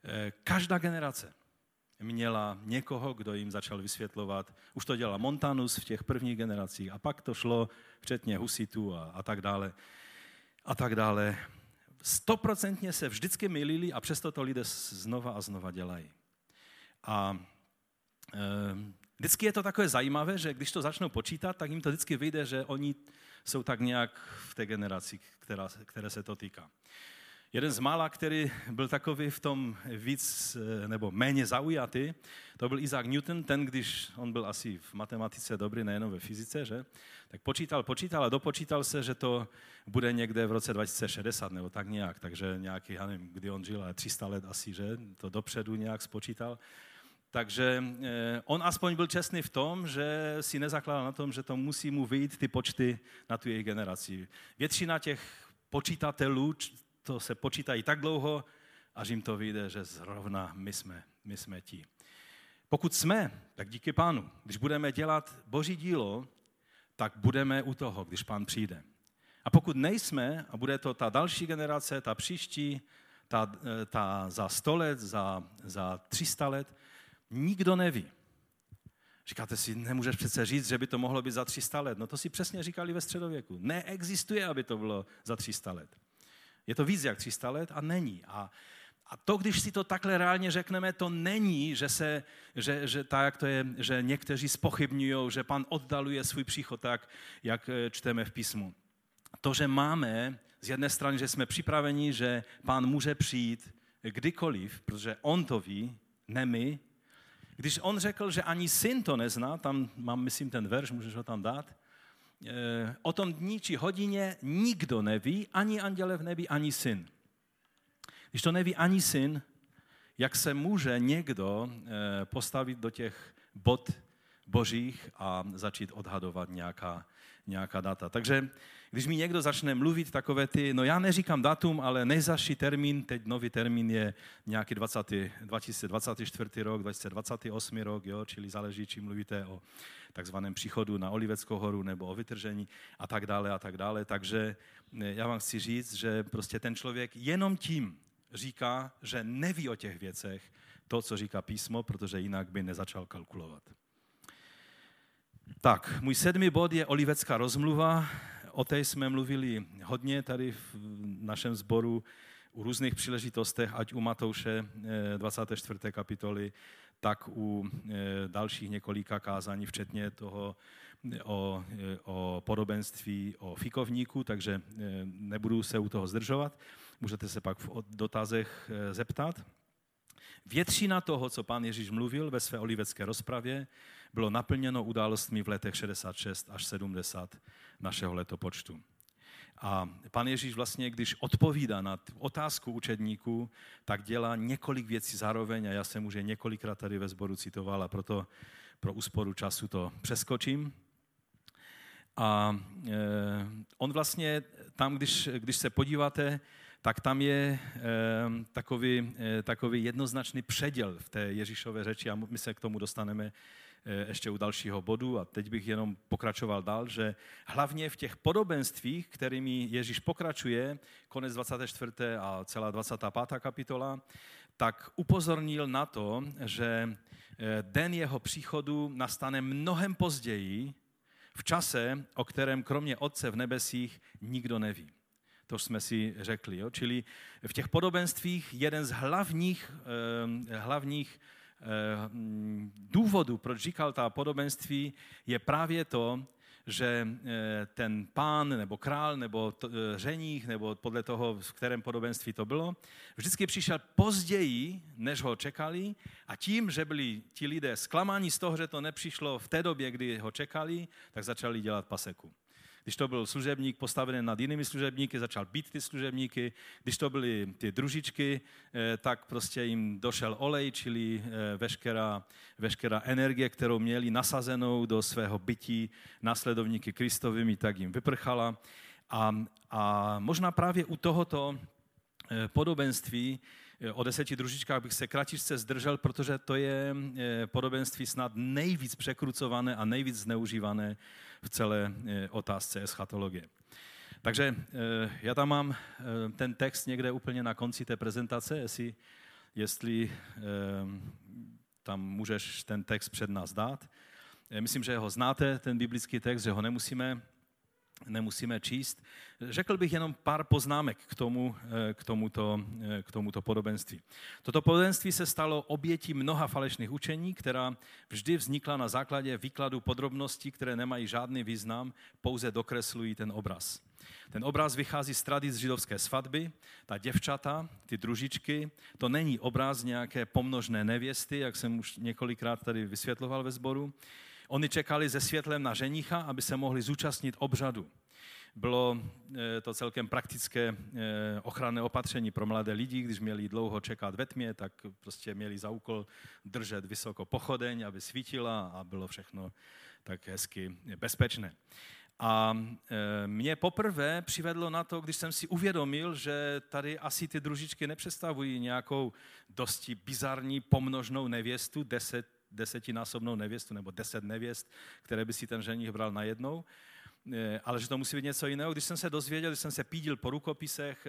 Každá generace měla někoho, kdo jim začal vysvětlovat. Už to dělal Montanus v těch prvních generacích a pak to šlo včetně husitů a, a tak dále. A tak dále. Stoprocentně se vždycky mylili a přesto to lidé znova a znova dělají. A e, vždycky je to takové zajímavé, že když to začnou počítat, tak jim to vždycky vyjde, že oni jsou tak nějak v té generaci, která, které se to týká. Jeden z mála, který byl takový v tom víc nebo méně zaujatý, to byl Isaac Newton, ten, když on byl asi v matematice dobrý, nejenom ve fyzice, že? Tak počítal, počítal a dopočítal se, že to bude někde v roce dva tisíce šedesát nebo tak nějak, takže nějaký, já nevím, kdy on žil, ale tři sta let asi, že? To dopředu nějak spočítal. Takže on aspoň byl čestný v tom, že si nezakládal na tom, že to musí mu vyjít ty počty na tu jejich generaci. Většina těch počítatelů to se počítají tak dlouho, až jim to vyjde, že zrovna my jsme, my jsme ti. Pokud jsme, tak díky Pánu. Když budeme dělat Boží dílo, tak budeme u toho, když Pán přijde. A pokud nejsme, a bude to ta další generace, ta příští, ta, ta za sto let, za, za tři sta let, nikdo neví. Říkáte si, nemůžeš přece říct, že by to mohlo být za tři sta let. No to si přesně říkali ve středověku. Neexistuje, aby to bylo za tři sta let. Je to víc jak tři sta let a není. A, a to, když si to takhle reálně řekneme, to není, že, se, že, že, tak, jak to je, že někteří zpochybňují, že Pán oddaluje svůj příchod tak, jak čteme v písmu. To, že máme z jedné strany, že jsme připraveni, že Pán může přijít kdykoliv, protože on to ví, ne my. Když on řekl, že ani syn to nezná, tam mám, myslím, ten verš, můžeš ho tam dát, o tom dní či hodině nikdo neví, ani anděle v nebi, ani syn. Když to neví ani syn, jak se může někdo postavit do těch bod božích a začít odhadovat nějaká, nějaká data. Takže když mi někdo začne mluvit takové ty, no já neříkám datum, ale nejzazší termín, teď nový termín je nějaký dvacátý, dva tisíce dvacátý čtvrtý rok, dva tisíce dvacátý osmý rok, jo, čili záleží, čím mluvíte o takzvaném příchodu na Oliveckou horu nebo o vytržení a tak dále a tak dále. Takže já vám chci říct, že prostě ten člověk jenom tím říká, že neví o těch věcech to, co říká písmo, protože jinak by nezačal kalkulovat. Tak, můj sedmý bod je Olivecká rozmluva. O té jsme mluvili hodně tady v našem sboru u různých příležitostech, ať u Matouše dvacáté čtvrté kapitoly, tak u dalších několika kázání, včetně toho o, o podobenství o fikovníku, takže nebudu se u toho zdržovat. Můžete se pak v dotazech zeptat. Většina toho, co Pán Ježíš mluvil ve své olivecké rozpravě, bylo naplněno událostmi v letech šedesát šest až sedmdesát našeho letopočtu. A Pán Ježíš vlastně, když odpovídá na otázku učedníků, tak dělá několik věcí zároveň a já jsem už je několikrát tady ve sboru citoval a proto pro úsporu času to přeskočím. A e, on vlastně tam, když, když se podíváte, tak tam je e, takový, e, takový jednoznačný předěl v té Ježíšové řeči a my se k tomu dostaneme e, ještě u dalšího bodu a teď bych jenom pokračoval dál, že hlavně v těch podobenstvích, kterými Ježíš pokračuje, konec dvacáté čtvrté a celá dvacátá pátá kapitola, tak upozornil na to, že den jeho příchodu nastane mnohem později, v čase, o kterém kromě Otce v nebesích nikdo neví. To jsme si řekli. Jo? Čili v těch podobenstvích jeden z hlavních, eh, hlavních eh, důvodů, proč říkal ta podobenství, je právě to, že eh, ten pán nebo král nebo to, eh, ženích, nebo podle toho, v kterém podobenství to bylo, vždycky přišel později, než ho čekali a tím, že byli ti lidé zklamáni z toho, že to nepřišlo v té době, kdy ho čekali, tak začali dělat paseku. Když to byl služebník postavený nad jinými služebníky, začal být ty služebníky. Když to byly ty družičky, tak prostě jim došel olej, čili veškerá, veškerá energie, kterou měli nasazenou do svého bytí následovníky Kristovými, tak jim vyprchala. A, a možná právě u tohoto podobenství o deseti družičkách bych se kratičce zdržel, protože to je podobenství snad nejvíc překrucované a nejvíc zneužívané v celé otázce eschatologie. Takže já tam mám ten text někde úplně na konci té prezentace, jestli, jestli tam můžeš ten text před nás dát. Myslím, že ho znáte, ten biblický text, že ho nemusíme, nemusíme číst. Řekl bych jenom pár poznámek k, tomu, k, tomuto, k tomuto podobenství. Toto podobenství se stalo obětí mnoha falešných učení, která vždy vznikla na základě výkladu podrobností, které nemají žádný význam, pouze dokreslují ten obraz. Ten obraz vychází z tradic židovské svatby, ta děvčata, ty družičky, to není obraz nějaké pomnožné nevěsty, jak jsem už několikrát tady vysvětloval ve sboru. Oni čekali se světlem na ženicha, aby se mohli zúčastnit obřadu. Bylo to celkem praktické ochranné opatření pro mladé lidi, když měli dlouho čekat ve tmě, tak prostě měli za úkol držet vysoko pochodeň, aby svítila a bylo všechno tak hezky bezpečné. A mě poprvé přivedlo na to, když jsem si uvědomil, že tady asi ty družičky nepředstavují nějakou dosti bizarní pomnožnou nevěstu, deset, desetinásobnou nevěstu nebo deset nevěst, které by si ten ženich bral najednou, ale že to musí být něco jiného. Když jsem se dozvěděl, když jsem se pídil po rukopisech,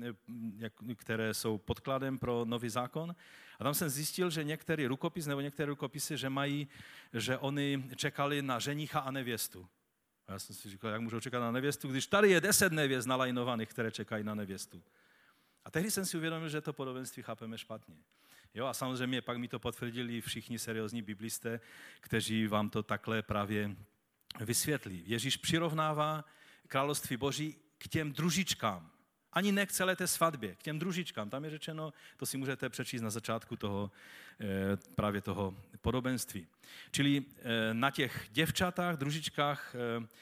které jsou podkladem pro nový zákon, a tam jsem zjistil, že některý rukopis nebo některé rukopisy, že mají, že oni čekali na ženicha a nevěstu. A já jsem si říkal, jak můžou čekat na nevěstu, když tady je deset nevěst nalajnovaných, které čekají na nevěstu. A tehdy jsem si uvědomil, že to podobenství chápeme špatně. Jo, a samozřejmě pak mi to potvrdili všichni seriózní biblisté, kteří vám to takhle právě vysvětlí. Ježíš přirovnává království Boží k těm družičkám. Ani ne k celé té svatbě, k těm družičkám. Tam je řečeno, to si můžete přečíst na začátku toho, právě toho podobenství. Čili na těch děvčatách, družičkách,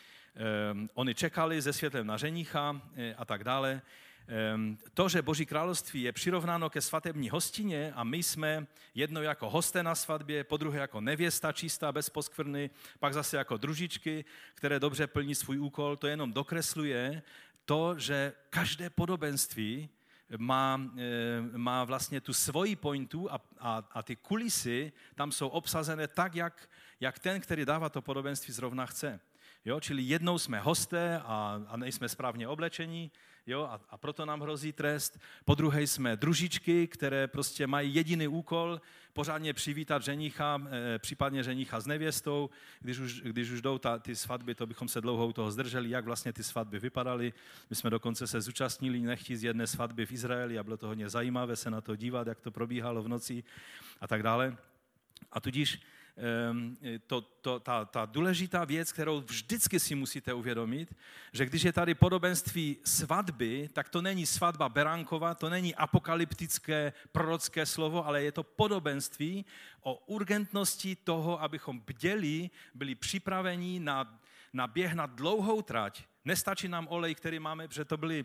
oni čekali se světlem na ženicha a tak dále. To, že Boží království je přirovnáno ke svatební hostině a my jsme jedno jako hosté na svatbě, podruhé jako nevěsta čistá, bez poskvrny, pak zase jako družičky, které dobře plní svůj úkol, to jenom dokresluje to, že každé podobenství má, má vlastně tu svoji pointu a, a, a ty kulisy tam jsou obsazené tak, jak, jak ten, který dává to podobenství, zrovna chce. Jo, čili jednou jsme hosté a, a nejsme správně oblečení, jo, a, a proto nám hrozí trest. Po druhé jsme družičky, které prostě mají jediný úkol pořádně přivítat ženicha, e, případně ženicha s nevěstou. Když už, když už jdou ta, ty svatby, to bychom se dlouho u toho zdrželi, jak vlastně ty svatby vypadaly. My jsme dokonce se zúčastnili nechti z jedné svatby v Izraeli a bylo to hodně zajímavé se na to dívat, jak to probíhalo v noci a tak dále. A tudíž To, to, ta, ta důležitá věc, kterou vždycky si musíte uvědomit, že když je tady podobenství svatby, tak to není svatba beránková, to není apokalyptické prorocké slovo, ale je to podobenství o urgentnosti toho, abychom bděli, byli připraveni na, na běh na dlouhou trať. Nestačí nám olej, který máme, protože to byly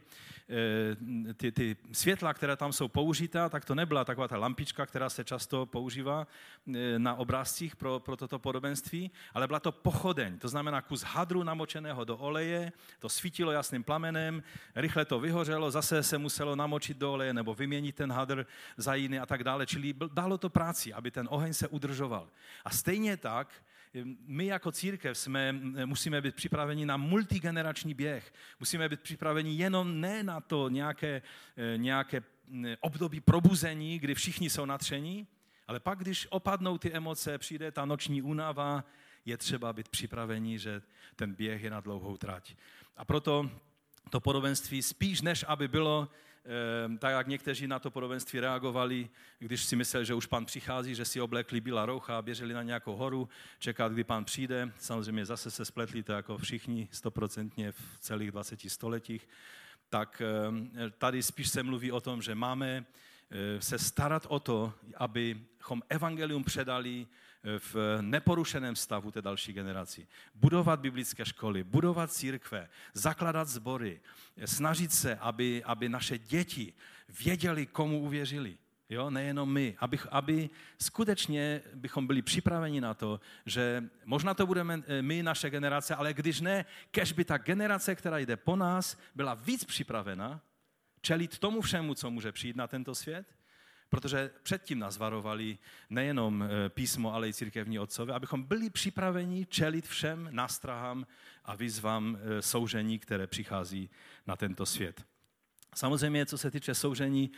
e, ty, ty světla, které tam jsou použitá, tak to nebyla taková ta lampička, která se často používá e, na obrázcích pro, pro toto podobenství, ale byla to pochodeň, to znamená kus hadru namočeného do oleje, to svítilo jasným plamenem, rychle to vyhořelo, zase se muselo namočit do oleje nebo vyměnit ten hadr za jiný a tak dále, čili dalo to práci, aby ten oheň se udržoval. A stejně tak, my jako církev jsme, musíme být připraveni na multigenerační běh. Musíme být připraveni jenom ne na to nějaké, nějaké období probuzení, kdy všichni jsou nadšení, ale pak, když opadnou ty emoce, přijde ta noční únava, je třeba být připraveni, že ten běh je na dlouhou trať. A proto to podobenství spíš, než aby bylo tak, jak někteří na to podobenství reagovali, když si mysleli, že už pán přichází, že si oblekli bílá roucha a běželi na nějakou horu, čekat, kdy pán přijde. Samozřejmě zase se spletli to jako všichni, stoprocentně v celých dvaceti stoletích. Tak tady spíš se mluví o tom, že máme se starat o to, abychom evangelium předali v neporušeném stavu té další generaci. Budovat biblické školy, budovat církve, zakládat sbory, snažit se, aby, aby naše děti věděli, komu uvěřili. Jo, nejenom my, aby, aby skutečně bychom byli připraveni na to, že možná to budeme my, naše generace, ale když ne, kež by ta generace, která jde po nás, byla víc připravena čelit tomu všemu, co může přijít na tento svět, protože předtím nás varovali nejenom písmo, ale i církevní otcové, abychom byli připraveni čelit všem nástrahám a výzvám soužení, které přichází na tento svět. Samozřejmě, co se týče soužení,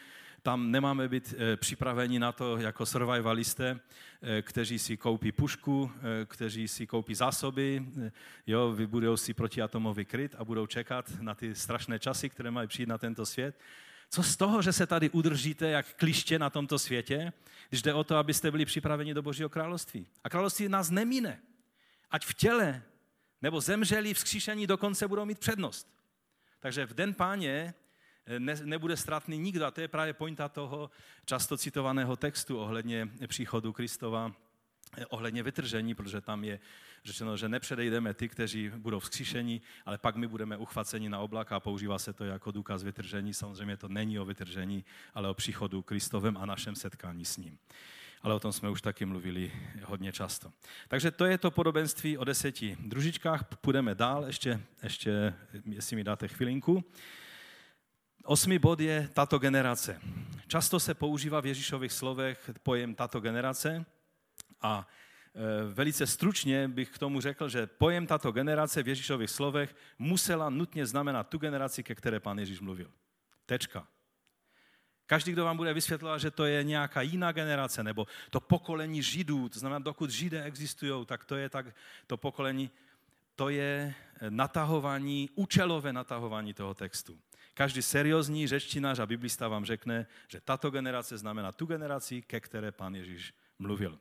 tam nemáme být připraveni na to jako survivalisté, kteří si koupí pušku, kteří si koupí zásoby, jo, vybudou si protiatomový kryt a budou čekat na ty strašné časy, které mají přijít na tento svět. Co z toho, že se tady udržíte jak kliště na tomto světě, když jde o to, abyste byli připraveni do Božího království. A království nás nemine. Ať v těle nebo zemřelí vzkříšení dokonce budou mít přednost. Takže v den Páně ne, nebude ztratný nikdo. A to je právě pointa toho často citovaného textu ohledně příchodu Kristova, ohledně vytržení, protože tam je řečeno, že nepředejdeme ty, kteří budou vzkříšení, ale pak my budeme uchvaceni na oblak a používá se to jako důkaz vytržení. Samozřejmě to není o vytržení, ale o příchodu Kristovem a našem setkání s ním. Ale o tom jsme už taky mluvili hodně často. Takže to je to podobenství o deseti družičkách. Půjdeme dál, ještě, ještě jestli mi dáte chvilinku. Osmý bod je tato generace. Často se používá v Ježíšových slovech pojem tato generace a e, velice stručně bych k tomu řekl, že pojem tato generace v Ježíšových slovech musela nutně znamenat tu generaci, ke které Pán Ježíš mluvil. Tečka. Každý, kdo vám bude vysvětlovat, že to je nějaká jiná generace, nebo to pokolení Židů, to znamená, dokud Židé existují, tak to je tak, to pokolení, to je natahování, účelové natahování toho textu. Každý seriózní řečtinář a biblista vám řekne, že tato generace znamená tu generaci, ke které Pán Ježíš mluvil.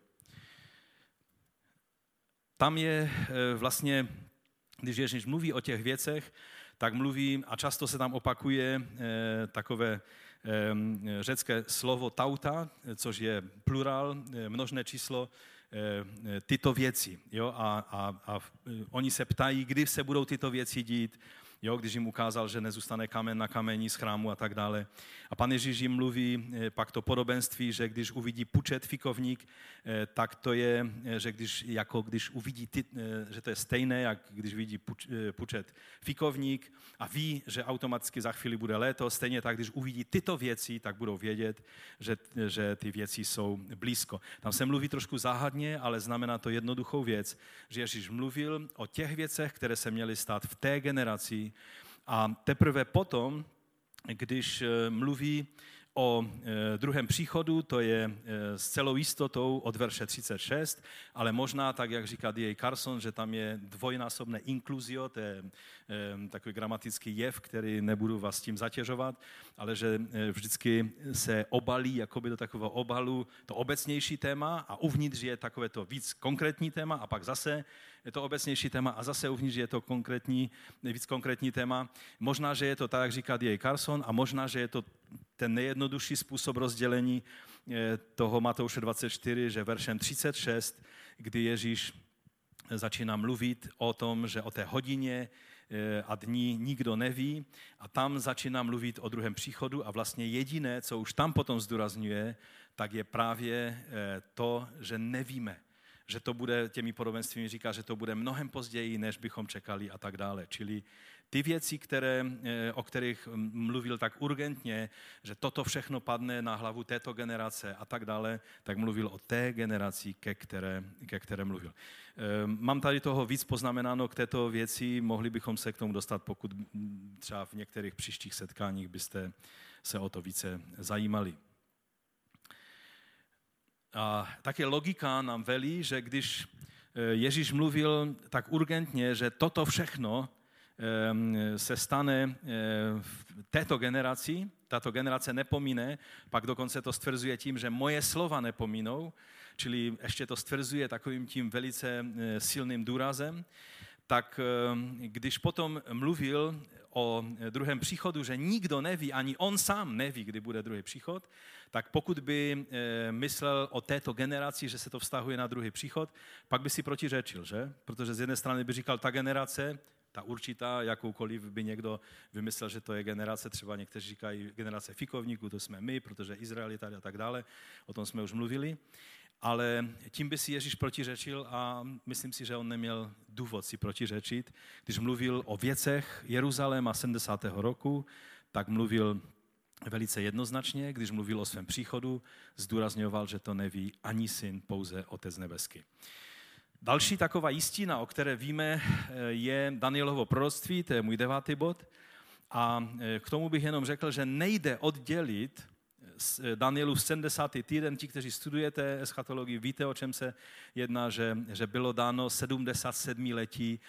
Tam je vlastně, když Ježíš mluví o těch věcech, tak mluví, a často se tam opakuje takové řecké slovo tauta, což je plurál, množné číslo, tyto věci. Jo? A, a, a oni se ptají, kdy se budou tyto věci dít, jo? Když jim ukázal, že nezůstane kamen na kameni z chrámu a tak dále. A Pán Ježíš jim mluví pak to podobenství, že když uvidí pučet fikovník, tak to je, že když, jako když uvidí, ty, že to je stejné, jak když vidí puč, pučet fikovník a ví, že automaticky za chvíli bude léto, stejně tak, když uvidí tyto věci, tak budou vědět, že, že ty věci jsou blízko. Tam se mluví trošku záhadně, ale znamená to jednoduchou věc, že Ježíš mluvil o těch věcech, které se měly stát v té generaci a teprve potom, když mluví o druhém příchodu, to je s celou jistotou od verše třicet šest, ale možná, tak jak říká D A Carson, že tam je dvojnásobné inkluzio, to je takový gramatický jev, který nebudu vás tím zatěžovat, ale že vždycky se obalí jakoby do takového obalu to obecnější téma a uvnitř je takové to víc konkrétní téma a pak zase je to obecnější téma a zase uvnitř je to konkrétní, víc konkrétní téma. Možná, že je to tak, jak říká D A Carson a možná, že je to ten nejjednodušší způsob rozdělení toho Matouše dvacet čtyři, že veršem třicet šest, kdy Ježíš začíná mluvit o tom, že o té hodině a dní nikdo neví a tam začíná mluvit o druhém příchodu a vlastně jediné, co už tam potom zdůrazňuje, tak je právě to, že nevíme, že to bude, těmi podobenstvími říká, že to bude mnohem později, než bychom čekali a tak dále. Čili ty věci, které, o kterých mluvil tak urgentně, že toto všechno padne na hlavu této generace a tak dále, tak mluvil o té generaci, ke které, ke které mluvil. Mám tady toho víc poznamenáno k této věci, mohli bychom se k tomu dostat, pokud třeba v některých příštích setkáních byste se o to více zajímali. A také logika nám velí, že když Ježíš mluvil tak urgentně, že toto všechno se stane v této generaci, tato generace nepomíne, pak dokonce to stvrzuje tím, že moje slova nepomínou, čili ještě to stvrzuje takovým tím velice silným důrazem, tak když potom mluvil o druhém příchodu, že nikdo neví, ani on sám neví, kdy bude druhý příchod, tak pokud by myslel o této generaci, že se to vztahuje na druhý příchod, pak by si protiřečil, že? Protože z jedné strany by říkal, ta generace, ta určitá, jakoukoliv by někdo vymyslel, že to je generace, třeba někteří říkají generace fikovníků, to jsme my, protože Izraeli tady a tak dále, o tom jsme už mluvili, ale tím by si Ježíš protiřečil a myslím si, že on neměl důvod si protiřečit. Když mluvil o věcech Jeruzaléma sedmdesátého roku, tak mluvil velice jednoznačně, když mluvil o svém příchodu, zdůrazňoval, že to neví ani syn, pouze Otec nebeský. Další taková jistina, o které víme, je Danielovo proroctví, to je můj devátý bod. A k tomu bych jenom řekl, že nejde oddělit Danielův sedmdesátý týden, ti, kteří studujete eschatologii, víte, o čem se jedná, že, že bylo dáno sedmdesát sedm letí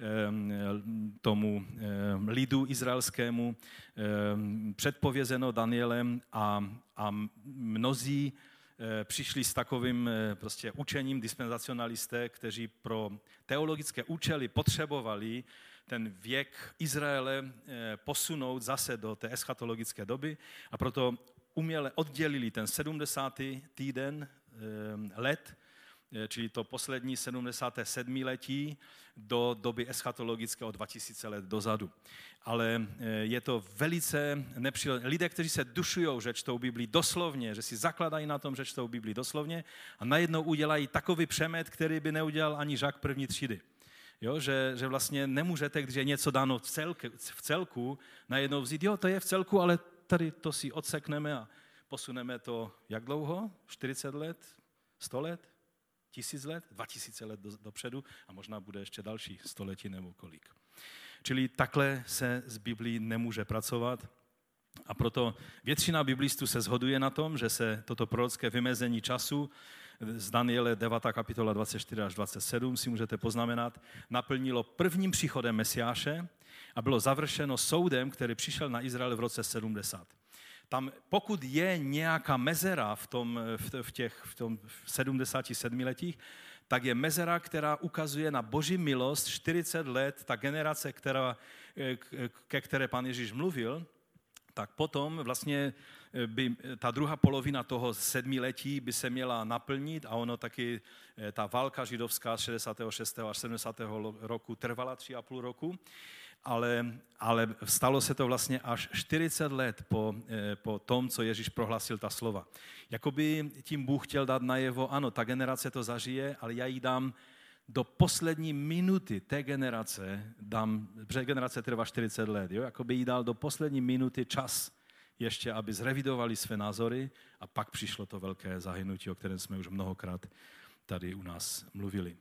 tomu lidu izraelskému, předpovězeno Danielem a, a mnozí přišli s takovým prostě učením dispenzacionalisté, kteří pro teologické účely potřebovali ten věk Izraele posunout zase do té eschatologické doby a proto uměle oddělili ten sedmdesátý týden let, čili to poslední sedmdesáté sedmé letí do doby eschatologické o dva tisíce let dozadu. Ale je to velice nepříjemné. Lidé, kteří se dušují, že čtou Biblii doslovně, že si zakladají na tom, že čtou Biblii doslovně a najednou udělají takový přemet, který by neudělal ani žák první třídy. Jo, že, že vlastně nemůžete, když je něco dáno v celku, v celku, najednou vzít, jo, to je v celku, ale tady to si odsekneme a posuneme to jak dlouho? čtyřicet let? sto let? Tisíc let? Dva tisíce let do, dopředu a možná bude ještě další století nebo kolik. Čili takhle se z Biblí nemůže pracovat a proto většina biblistů se shoduje na tom, že se toto prorocké vymezení času z Daniele devátá kapitola dvacet čtyři až dvacet sedm si můžete poznamenat, naplnilo prvním příchodem Mesiáše a bylo završeno soudem, který přišel na Izrael v roce sedmdesát. Tam pokud je nějaká mezera v tom, v těch v tom sedmdesáti sedmi letích, tak je mezera, která ukazuje na Boží milost čtyřicet let, ta generace, která, ke které pan Ježíš mluvil, tak potom vlastně by ta druhá polovina toho sedmiletí by se měla naplnit a ono taky, ta válka židovská z šedesátého šestého až sedmdesátého roku trvala tři a půl roku, ale, ale stalo se to vlastně až čtyřicet let po, po tom, co Ježíš prohlásil ta slova. Jakoby tím Bůh chtěl dát najevo, ano, ta generace to zažije, ale já jí dám do poslední minuty té generace, dám, protože generace trvá čtyřicet let, jo, jakoby jí dal do poslední minuty čas ještě, aby zrevidovali své názory a pak přišlo to velké zahynutí, o kterém jsme už mnohokrát tady u nás mluvili.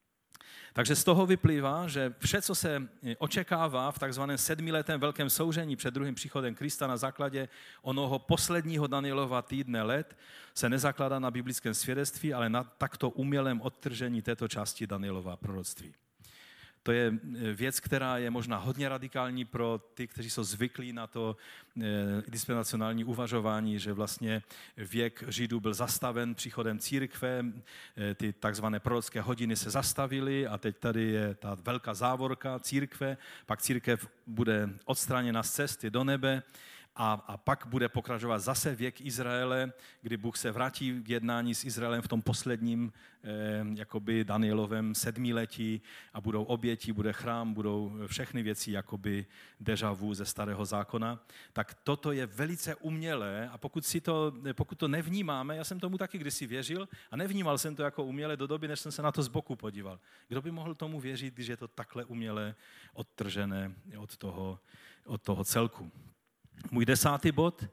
Takže z toho vyplývá, že vše, co se očekává v takzvaném sedmiletém velkém soužení před druhým příchodem Krista na základě onoho posledního Danielova týdne let, se nezakládá na biblickém svědectví, ale na takto umělém odtržení této části Danielova proroctví. To je věc, která je možná hodně radikální pro ty, kteří jsou zvyklí na to dispenzacionální uvažování, že vlastně věk Židů byl zastaven příchodem církve, ty takzvané prorocké hodiny se zastavily a teď tady je ta velká závorka církve, pak církev bude odstraněna z cesty do nebe a, a pak bude pokračovat zase věk Izraele, kdy Bůh se vrátí k jednání s Izraelem v tom posledním eh, jakoby Danielovém sedmiletí a budou oběti, bude chrám, budou všechny věci jakoby déjà vu ze starého zákona. Tak toto je velice umělé a pokud, si to, pokud to nevnímáme, já jsem tomu taky kdysi věřil a nevnímal jsem to jako umělé do doby, než jsem se na to z boku podíval. Kdo by mohl tomu věřit, když je to takhle umělé odtržené od toho, od toho celku? Můj desátý bod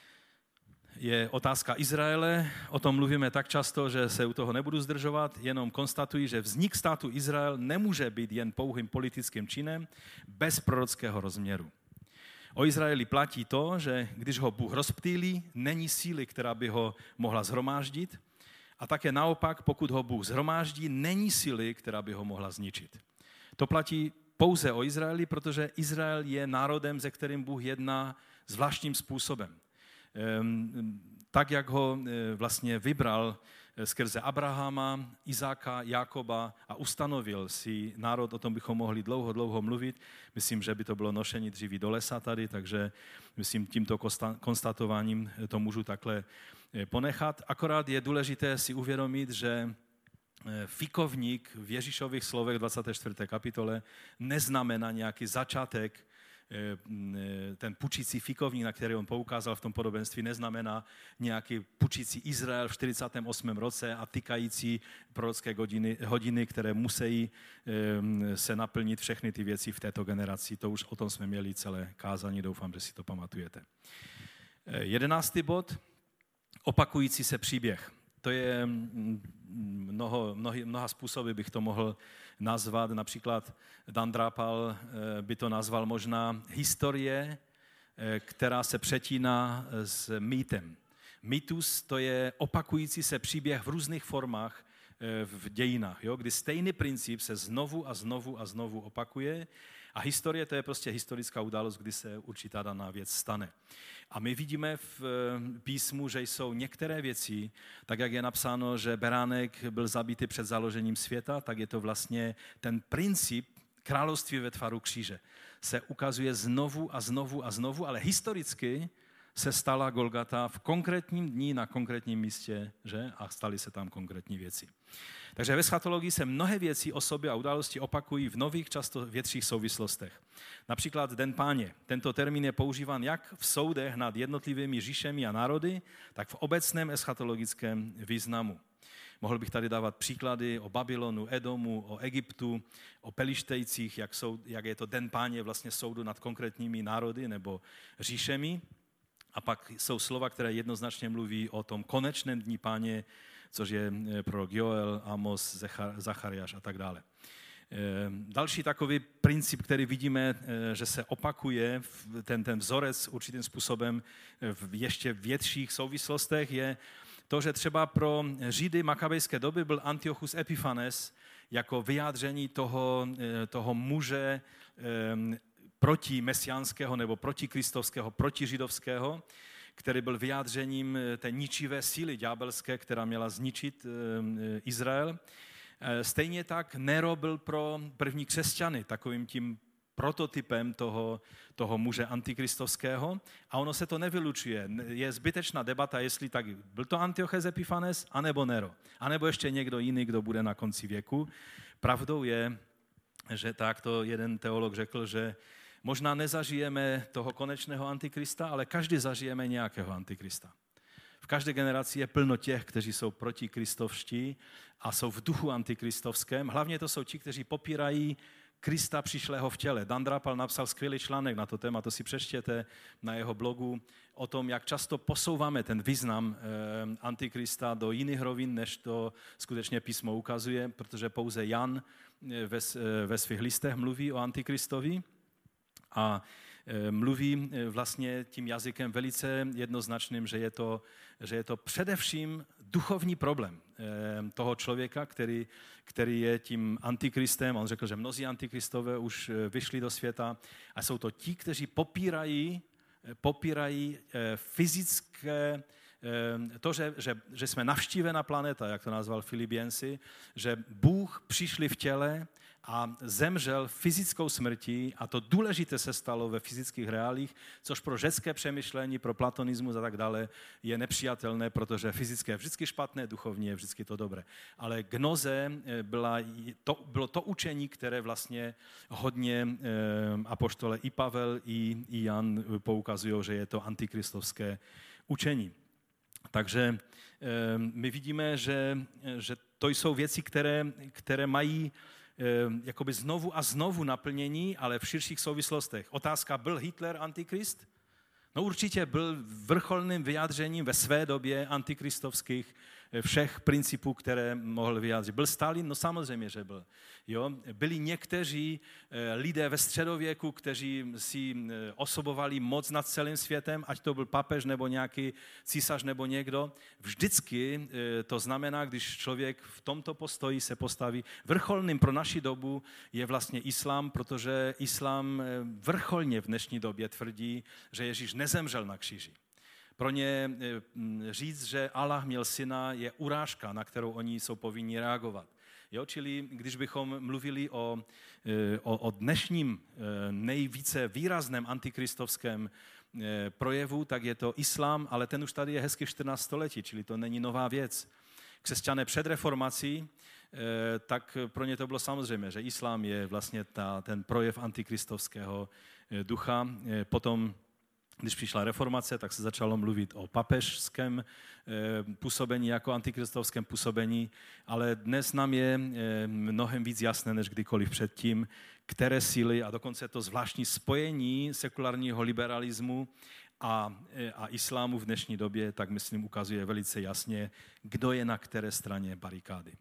je otázka Izraele. O tom mluvíme tak často, že se u toho nebudu zdržovat, jenom konstatuji, že vznik státu Izrael nemůže být jen pouhým politickým činem bez prorockého rozměru. O Izraeli platí to, že když ho Bůh rozptýlí, není síly, která by ho mohla shromáždit, a také naopak, pokud ho Bůh shromáždí, není síly, která by ho mohla zničit. To platí pouze o Izraeli, protože Izrael je národem, se kterým Bůh jedná zvláštním způsobem. Tak, jak ho vlastně vybral skrze Abrahama, Izáka, Jákoba a ustanovil si národ, o tom bychom mohli dlouho, dlouho mluvit. Myslím, že by to bylo nošení dříví do lesa tady, takže myslím, tímto konstatováním to můžu takhle ponechat. Akorát je důležité si uvědomit, že fikovník v Ježíšových slovech v dvacáté čtvrté kapitole neznamená nějaký začátek, ten pučící fikovník, na který on poukázal v tom podobenství, neznamená nějaký pučící Izrael v čtyřicátém osmém roce a tykající prorocké hodiny, hodiny, které musí se naplnit všechny ty věci v této generaci. To už o tom jsme měli celé kázání, doufám, že si to pamatujete. Jedenáctý bod, opakující se příběh. To je mnoho, mnohy, mnoha způsoby, bych to mohl nazvat. Například Dan Drapal by to nazval možná historie, která se přetíná s mýtem. Mýtus to je opakující se příběh v různých formách v dějinách, jo? Kdy stejný princip se znovu a znovu a znovu opakuje a historie to je prostě historická událost, kdy se určitá daná věc stane. A my vidíme v písmu, že jsou některé věci, tak jak je napsáno, že beránek byl zabitý před založením světa, tak je to vlastně ten princip království ve tvaru kříže. Se ukazuje znovu a znovu a znovu, ale historicky se stala Golgata v konkrétním dní na konkrétním místě, že? A staly se tam konkrétní věci. Takže ve eschatologii se mnohé věci o sobě a události opakují v nových, často větších souvislostech. Například Den Páně. Tento termín je používán jak v soudech nad jednotlivými říšemi a národy, tak v obecném eschatologickém významu. Mohl bych tady dávat příklady o Babylonu, Edomu, o Egyptu, o Pelištejcích, jak, jsou, jak je to Den Páně vlastně soudu nad konkrétními národy nebo říšemi. A pak jsou slova, které jednoznačně mluví o tom konečném dní Páně, což je prorok Joel, Amos, Zachariáš a tak dále. Další takový princip, který vidíme, že se opakuje, ten, ten vzorec určitým způsobem v ještě větších souvislostech, je to, že třeba pro Židy makabejské doby byl Antiochus Epiphanes jako vyjádření toho, toho muže proti mesiánského nebo proti kristovského, proti židovského, který byl vyjádřením té ničivé síly ďábelské, která měla zničit Izrael. Stejně tak Nero byl pro první křesťany takovým tím prototypem toho, toho muže antikristovského a ono se to nevylučuje. Je zbytečná debata, jestli tak byl to Antiochus Epiphanes, anebo Nero, anebo ještě někdo jiný, kdo bude na konci věku. Pravdou je, že tak to jeden teolog řekl, že možná nezažijeme toho konečného antikrista, ale každý zažijeme nějakého antikrista. V každé generaci je plno těch, kteří jsou protikristovští a jsou v duchu antikristovském. Hlavně to jsou ti, kteří popírají Krista přišlého v těle. Dan Drapal napsal skvělý článek na to téma, to si přečtěte na jeho blogu, o tom, jak často posouváme ten význam eh, antikrista do jiných rovin, než to skutečně písmo ukazuje, protože pouze Jan eh, ve, eh, ve svých listech mluví o antikristovi a eh, mluví eh, vlastně tím jazykem velice jednoznačným, že je to, že je to především duchovní problém eh, toho člověka, který, který je tím antikristem. On řekl, že mnozí antikristové už vyšli do světa a jsou to ti, kteří popírají, popírají eh, fyzické, eh, to, že, že, že jsme navštívená planeta, jak to nazval Filipiensi, že Bůh přišli v těle a zemřel fyzickou smrtí a to důležité se stalo ve fyzických reálích, což pro řecké přemýšlení, pro platonismus a tak dále je nepřijatelné, protože fyzické je vždycky špatné, duchovní je vždycky to dobré. Ale gnoze byla to, bylo to učení, které vlastně hodně eh, apoštole i Pavel, i, i Jan poukazují, že je to antikristovské učení. Takže eh, my vidíme, že, že to jsou věci, které, které mají jakoby znovu a znovu naplnění, ale v širších souvislostech. Otázka, byl Hitler antikrist? No určitě byl vrcholným vyjádřením ve své době antikristovských všech principů, které mohl vyjádřit. Byl Stalin? No samozřejmě, že byl. Jo? Byli někteří lidé ve středověku, kteří si osobovali moc nad celým světem, ať to byl papež nebo nějaký císař nebo někdo. Vždycky to znamená, když člověk v tomto postoji se postaví. Vrcholným pro naši dobu je vlastně islám, protože islám vrcholně v dnešní době tvrdí, že Ježíš nezemřel na kříži. Pro ně říct, že Allah měl syna, je urážka, na kterou oni jsou povinni reagovat. Jo, čili když bychom mluvili o, o, o dnešním nejvíce výrazném antikristovském projevu, tak je to islám, ale ten už tady je hezky čtrnáct století, čili to není nová věc. Křesťané před reformací, tak pro ně to bylo samozřejmé, že islám je vlastně ta, ten projev antikristovského ducha. Potom když přišla reformace, tak se začalo mluvit o papežském působení jako antikristovském působení, ale dnes nám je mnohem víc jasné, než kdykoliv předtím, které síly a dokonce to zvláštní spojení sekulárního liberalismu a, a islámu v dnešní době, tak myslím, ukazuje velice jasně, kdo je na které straně barikády.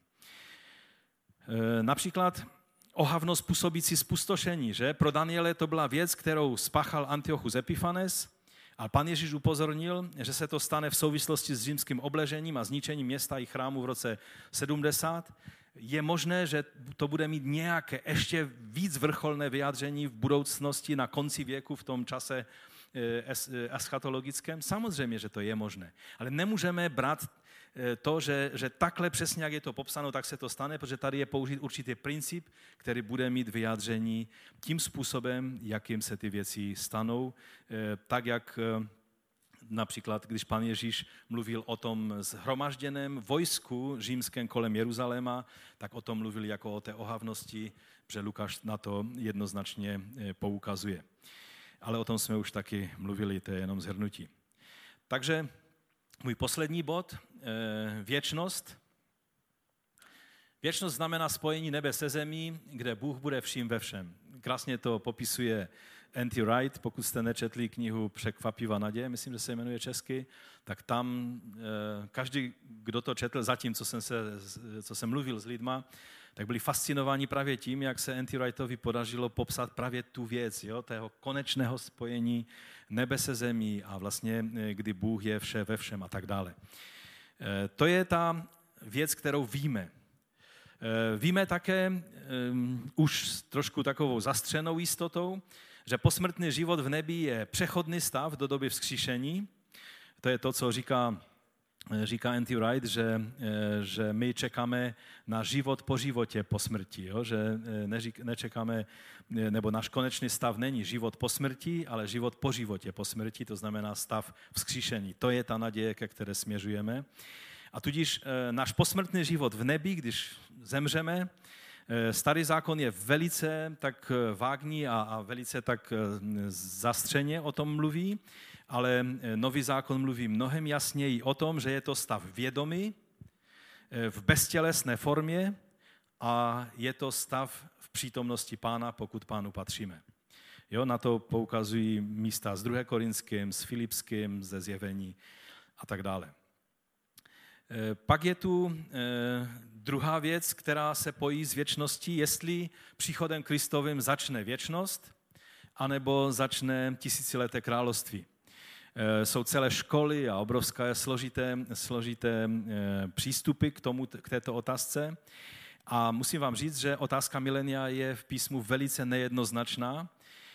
Například ohavnost působící spustošení, že? Pro Daniele to byla věc, kterou spáchal Antiochus Epiphanes Ale pan Ježíš upozornil, že se to stane v souvislosti s římským obležením a zničením města i chrámu v roce sedmdesát. Je možné, že to bude mít nějaké ještě víc vrcholné vyjádření v budoucnosti na konci věku v tom čase eschatologickém? Samozřejmě, že to je možné. Ale nemůžeme brát to, že, že takhle přesně, jak je to popsáno, tak se to stane, protože tady je použit určitý princip, který bude mít vyjádření tím způsobem, jakým se ty věci stanou, tak jak například, když pan Ježíš mluvil o tom shromažděném vojsku římském kolem Jeruzaléma, tak o tom mluvil jako o té ohavnosti, protože Lukáš na to jednoznačně poukazuje. Ale o tom jsme už taky mluvili, to je jenom shrnutí. Takže můj poslední bod, věčnost. Věčnost znamená spojení nebe se zemí, kde Bůh bude vším ve všem. Krásně to popisuje N T Wright, pokud jste nečetli knihu Překvapivá naděje, myslím, že se jmenuje česky, tak tam každý, kdo to četl zatím, co jsem, se, co jsem mluvil s lidma, tak byli fascinováni právě tím, jak se N T Wrightovi podařilo popsat právě tu věc, jo, tého konečného spojení nebe se zemí a vlastně, kdy Bůh je vše ve všem a tak dále. To je ta věc, kterou víme. Víme také um, už trošku takovou zastřenou jistotou, že posmrtný život v nebi je přechodný stav do doby vzkříšení. To je to, co říká, říká N T Wright, že, že my čekáme na život po životě po smrti. Jo? Že neřík, nečekáme, nebo náš konečný stav není život po smrti, ale život po životě po smrti, to znamená stav vzkříšení. To je ta naděje, ke které směřujeme. A tudíž náš posmrtný život v nebi, když zemřeme, Starý zákon je velice tak vágní a, a velice tak zastřeně o tom mluví, ale Nový zákon mluví mnohem jasněji o tom, že je to stav vědomý, v beztělesné formě a je to stav v přítomnosti Pána, pokud Pánu patříme. Jo, na to poukazují místa z druhé Korinským, s Filipským, ze Zjevení a tak dále. Pak je tu druhá věc, která se pojí s věčností, jestli příchodem Kristovým začne věčnost, anebo začne tisícileté království. Jsou celé školy a obrovské složité, složité přístupy k, tomu, k této otázce. A musím vám říct, že otázka milenia je v písmu velice nejednoznačná,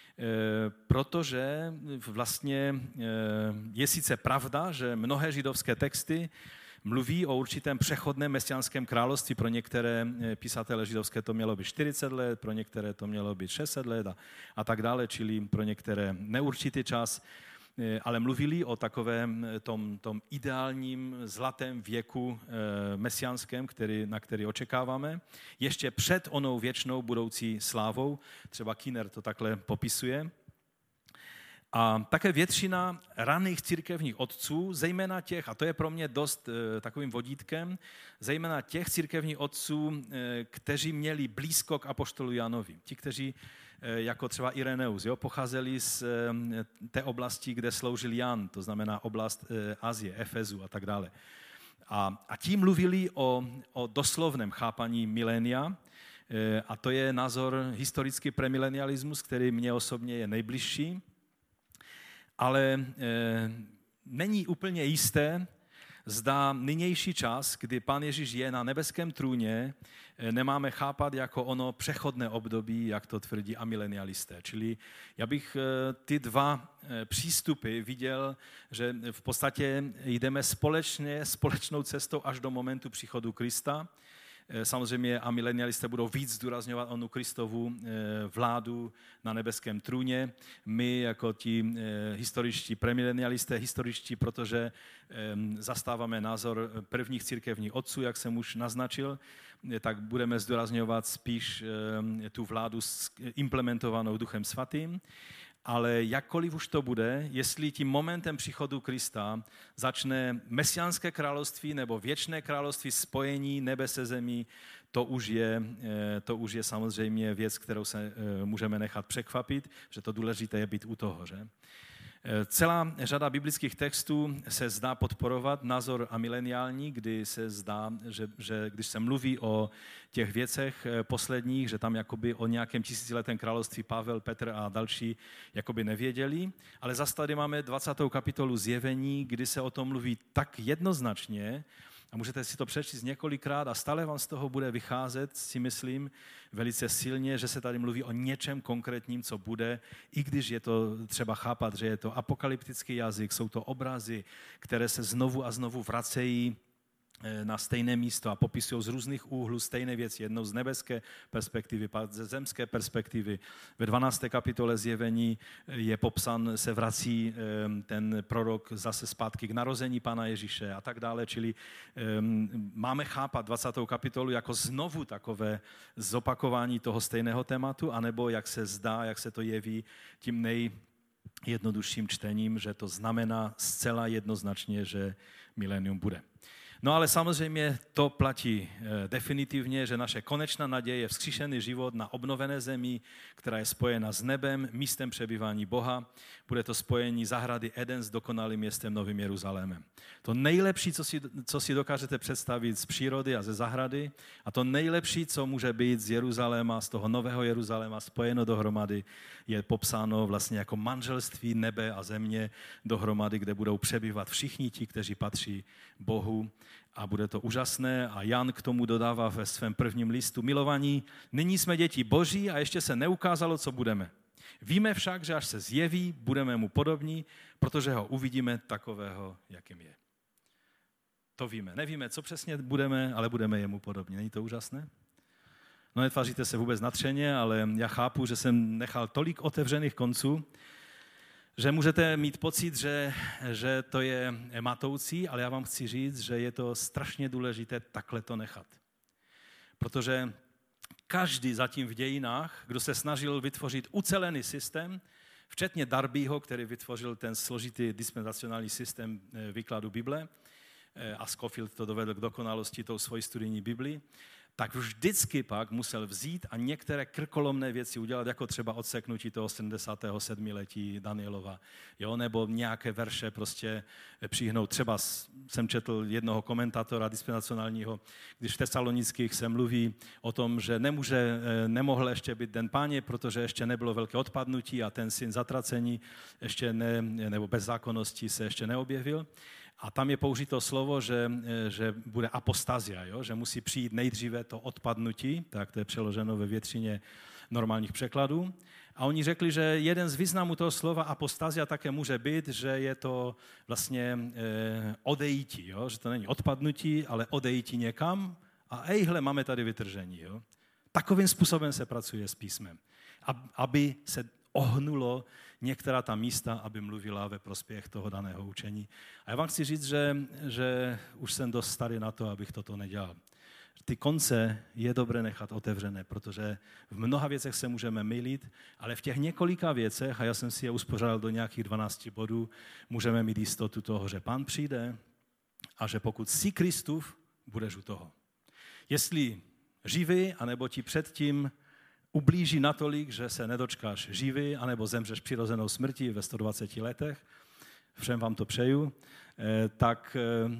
protože vlastně je sice pravda, že mnohé židovské texty mluví o určitém přechodném mesiánském království. Pro některé písatele židovské to mělo být čtyřicet let, pro některé to mělo být šest set let a, a tak dále, čili pro některé neurčitý čas. Ale mluvili o takovém tom, tom ideálním zlatém věku e, mesiánském, který, na který očekáváme, ještě před onou věčnou budoucí slávou. Třeba Kinner to takhle popisuje. A také většina raných církevních otců, zejména těch, a to je pro mě dost e, takovým vodítkem, zejména těch církevních otců, e, kteří měli blízko k apoštolu Janovi. Ti, kteří e, jako třeba Ireneus, jo, pocházeli z e, té oblasti, kde sloužil Jan, to znamená oblast e, Asie, Efezu a tak dále. A, a ti mluvili o, o doslovném chápaní milénia, e, a to je názor historický premilenialismus, který mně osobně je nejbližší. Ale e, není úplně jisté, zda nynější čas, kdy Pán Ježíš je na nebeském trůně, e, nemáme chápat jako ono přechodné období, jak to tvrdí amilenialisté. Čili já bych e, ty dva e, přístupy viděl, že v podstatě jdeme společně, společnou cestou až do momentu příchodu Krista. Samozřejmě amilenialisté budou víc zdůrazňovat onu Kristovu vládu na nebeském trůně. My jako ti historičtí premilenialisté, historičtí, protože zastáváme názor prvních církevních otců, jak jsem už naznačil, tak budeme zdůrazňovat spíš tu vládu implementovanou Duchem Svatým. Ale jakkoliv už to bude, jestli tím momentem příchodu Krista začne mesiánské království nebo věčné království spojení nebe se zemí, to už je, to už je samozřejmě věc, kterou se můžeme nechat překvapit, že to důležité je být u toho. Že? Celá řada biblických textů se zdá podporovat názor amileniální, kdy se zdá, že, že když se mluví o těch věcech posledních, že tam jakoby o nějakém tisíciletém království Pavel, Petr a další jakoby nevěděli, ale zase tady máme dvacátou kapitolu Zjevení, kdy se o tom mluví tak jednoznačně, a můžete si to přečíst několikrát a stále vám z toho bude vycházet, si myslím, velice silně, že se tady mluví o něčem konkrétním, co bude, i když je to třeba chápat, že je to apokalyptický jazyk, jsou to obrazy, které se znovu a znovu vracejí na stejné místo a popisují z různých úhlů stejné věci. Jednou z nebeské perspektivy, pak ze zemské perspektivy. Ve dvanácté kapitole Zjevení je popsan, se vrací ten prorok zase zpátky k narození Pána Ježíše a tak dále. Čili um, máme chápat dvacátou kapitolu jako znovu takové zopakování toho stejného tématu, anebo jak se zdá, jak se to jeví tím nejjednodušším čtením, že to znamená zcela jednoznačně, že milenium bude. No ale samozřejmě to platí definitivně, že naše konečná naděje je vzkříšený život na obnovené zemi, která je spojena s nebem, místem přebývání Boha. Bude to spojení zahrady Eden s dokonalým městem Novým Jeruzalémem. To nejlepší, co si, co si dokážete představit z přírody a ze zahrady, a to nejlepší, co může být z Jeruzaléma, z toho nového Jeruzaléma spojeno dohromady, je popsáno vlastně jako manželství nebe a země dohromady, kde budou přebývat všichni ti, kteří patří Bohu. A bude to úžasné a Jan k tomu dodává ve svém prvním listu: milovaní, nyní jsme děti Boží a ještě se neukázalo, co budeme. Víme však, že až se zjeví, budeme mu podobní, protože ho uvidíme takového, jakým je. To víme. Nevíme, co přesně budeme, ale budeme jemu podobní. Není to úžasné? No netváříte se vůbec nadšeně, ale já chápu, že jsem nechal tolik otevřených konců, že můžete mít pocit, že, že to je matoucí, ale já vám chci říct, že je to strašně důležité takhle to nechat. Protože každý zatím v dějinách, kdo se snažil vytvořit ucelený systém, včetně Darbyho, který vytvořil ten složitý dispenzacionální systém výkladu Bible, a Scofield to dovedl k dokonalosti tou svojí studijní Biblii, tak vždycky pak musel vzít a některé krkolomné věci udělat, jako třeba odseknutí toho sedmdesátého sedmiletí Danielova, jo, nebo nějaké verše prostě přihnout. Třeba jsem četl jednoho komentátora dispenzacionálního, když v Tesalonických se mluví o tom, že nemůže, nemohl ještě být den Páně, protože ještě nebylo velké odpadnutí a ten syn zatracení ještě ne, nebo bezzákonnosti se ještě neobjevil. A tam je použito slovo, že, že bude apostazia, jo? Že musí přijít nejdříve to odpadnutí, tak to je přeloženo ve většině normálních překladů. A oni řekli, že jeden z významů toho slova apostazia také může být, že je to vlastně eh, odejítí, jo? Že to není odpadnutí, ale odejítí někam a ejhle, máme tady vytržení. Jo? Takovým způsobem se pracuje s písmem, aby se ohnulo některá ta místa, aby mluvila ve prospěch toho daného učení. A já vám chci říct, že, že už jsem dost starý na to, abych toto nedělal. Ty konce je dobré nechat otevřené, protože v mnoha věcech se můžeme mýlit, ale v těch několika věcech, a já jsem si je uspořádal do nějakých dvanácti bodů, můžeme mít jistotu toho, že Pán přijde a že pokud jsi Kristův, budeš u toho. Jestli živý, anebo ti předtím ublíží natolik, že se nedočkáš živý, anebo zemřeš přirozenou smrtí ve sto dvaceti letech, všem vám to přeju, tak,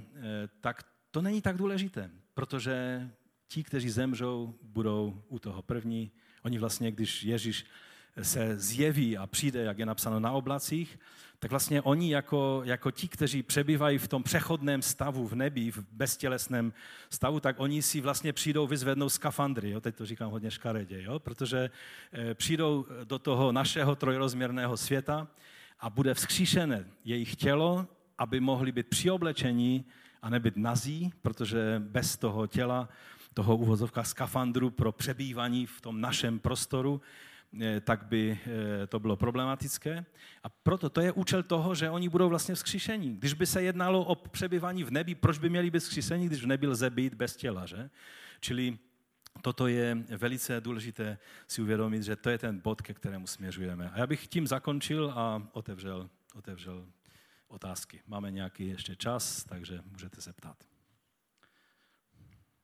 tak to není tak důležité, protože ti, kteří zemřou, budou u toho první. Oni vlastně, když Ježíš se zjeví a přijde, jak je napsáno na oblacích, tak vlastně oni jako, jako ti, kteří přebývají v tom přechodném stavu v nebi, v beztělesném stavu, tak oni si vlastně přijdou vyzvednout skafandry, jo? Teď to říkám hodně škaredě, jo? Protože e, přijdou do toho našeho trojrozměrného světa a bude vzkříšené jejich tělo, aby mohli být přioblečení a nebyt nazí, protože bez toho těla, toho uvozovka skafandru pro přebývání v tom našem prostoru, tak by to bylo problematické. A proto to je účel toho, že oni budou vlastně vzkříšení. Když by se jednalo o přebývání v nebi, proč by měli být vzkříšení, když v nebi lze být bez těla, že? Čili toto je velice důležité si uvědomit, že to je ten bod, ke kterému směřujeme. A já bych tím zakončil a otevřel, otevřel otázky. Máme nějaký ještě čas, takže můžete se ptát.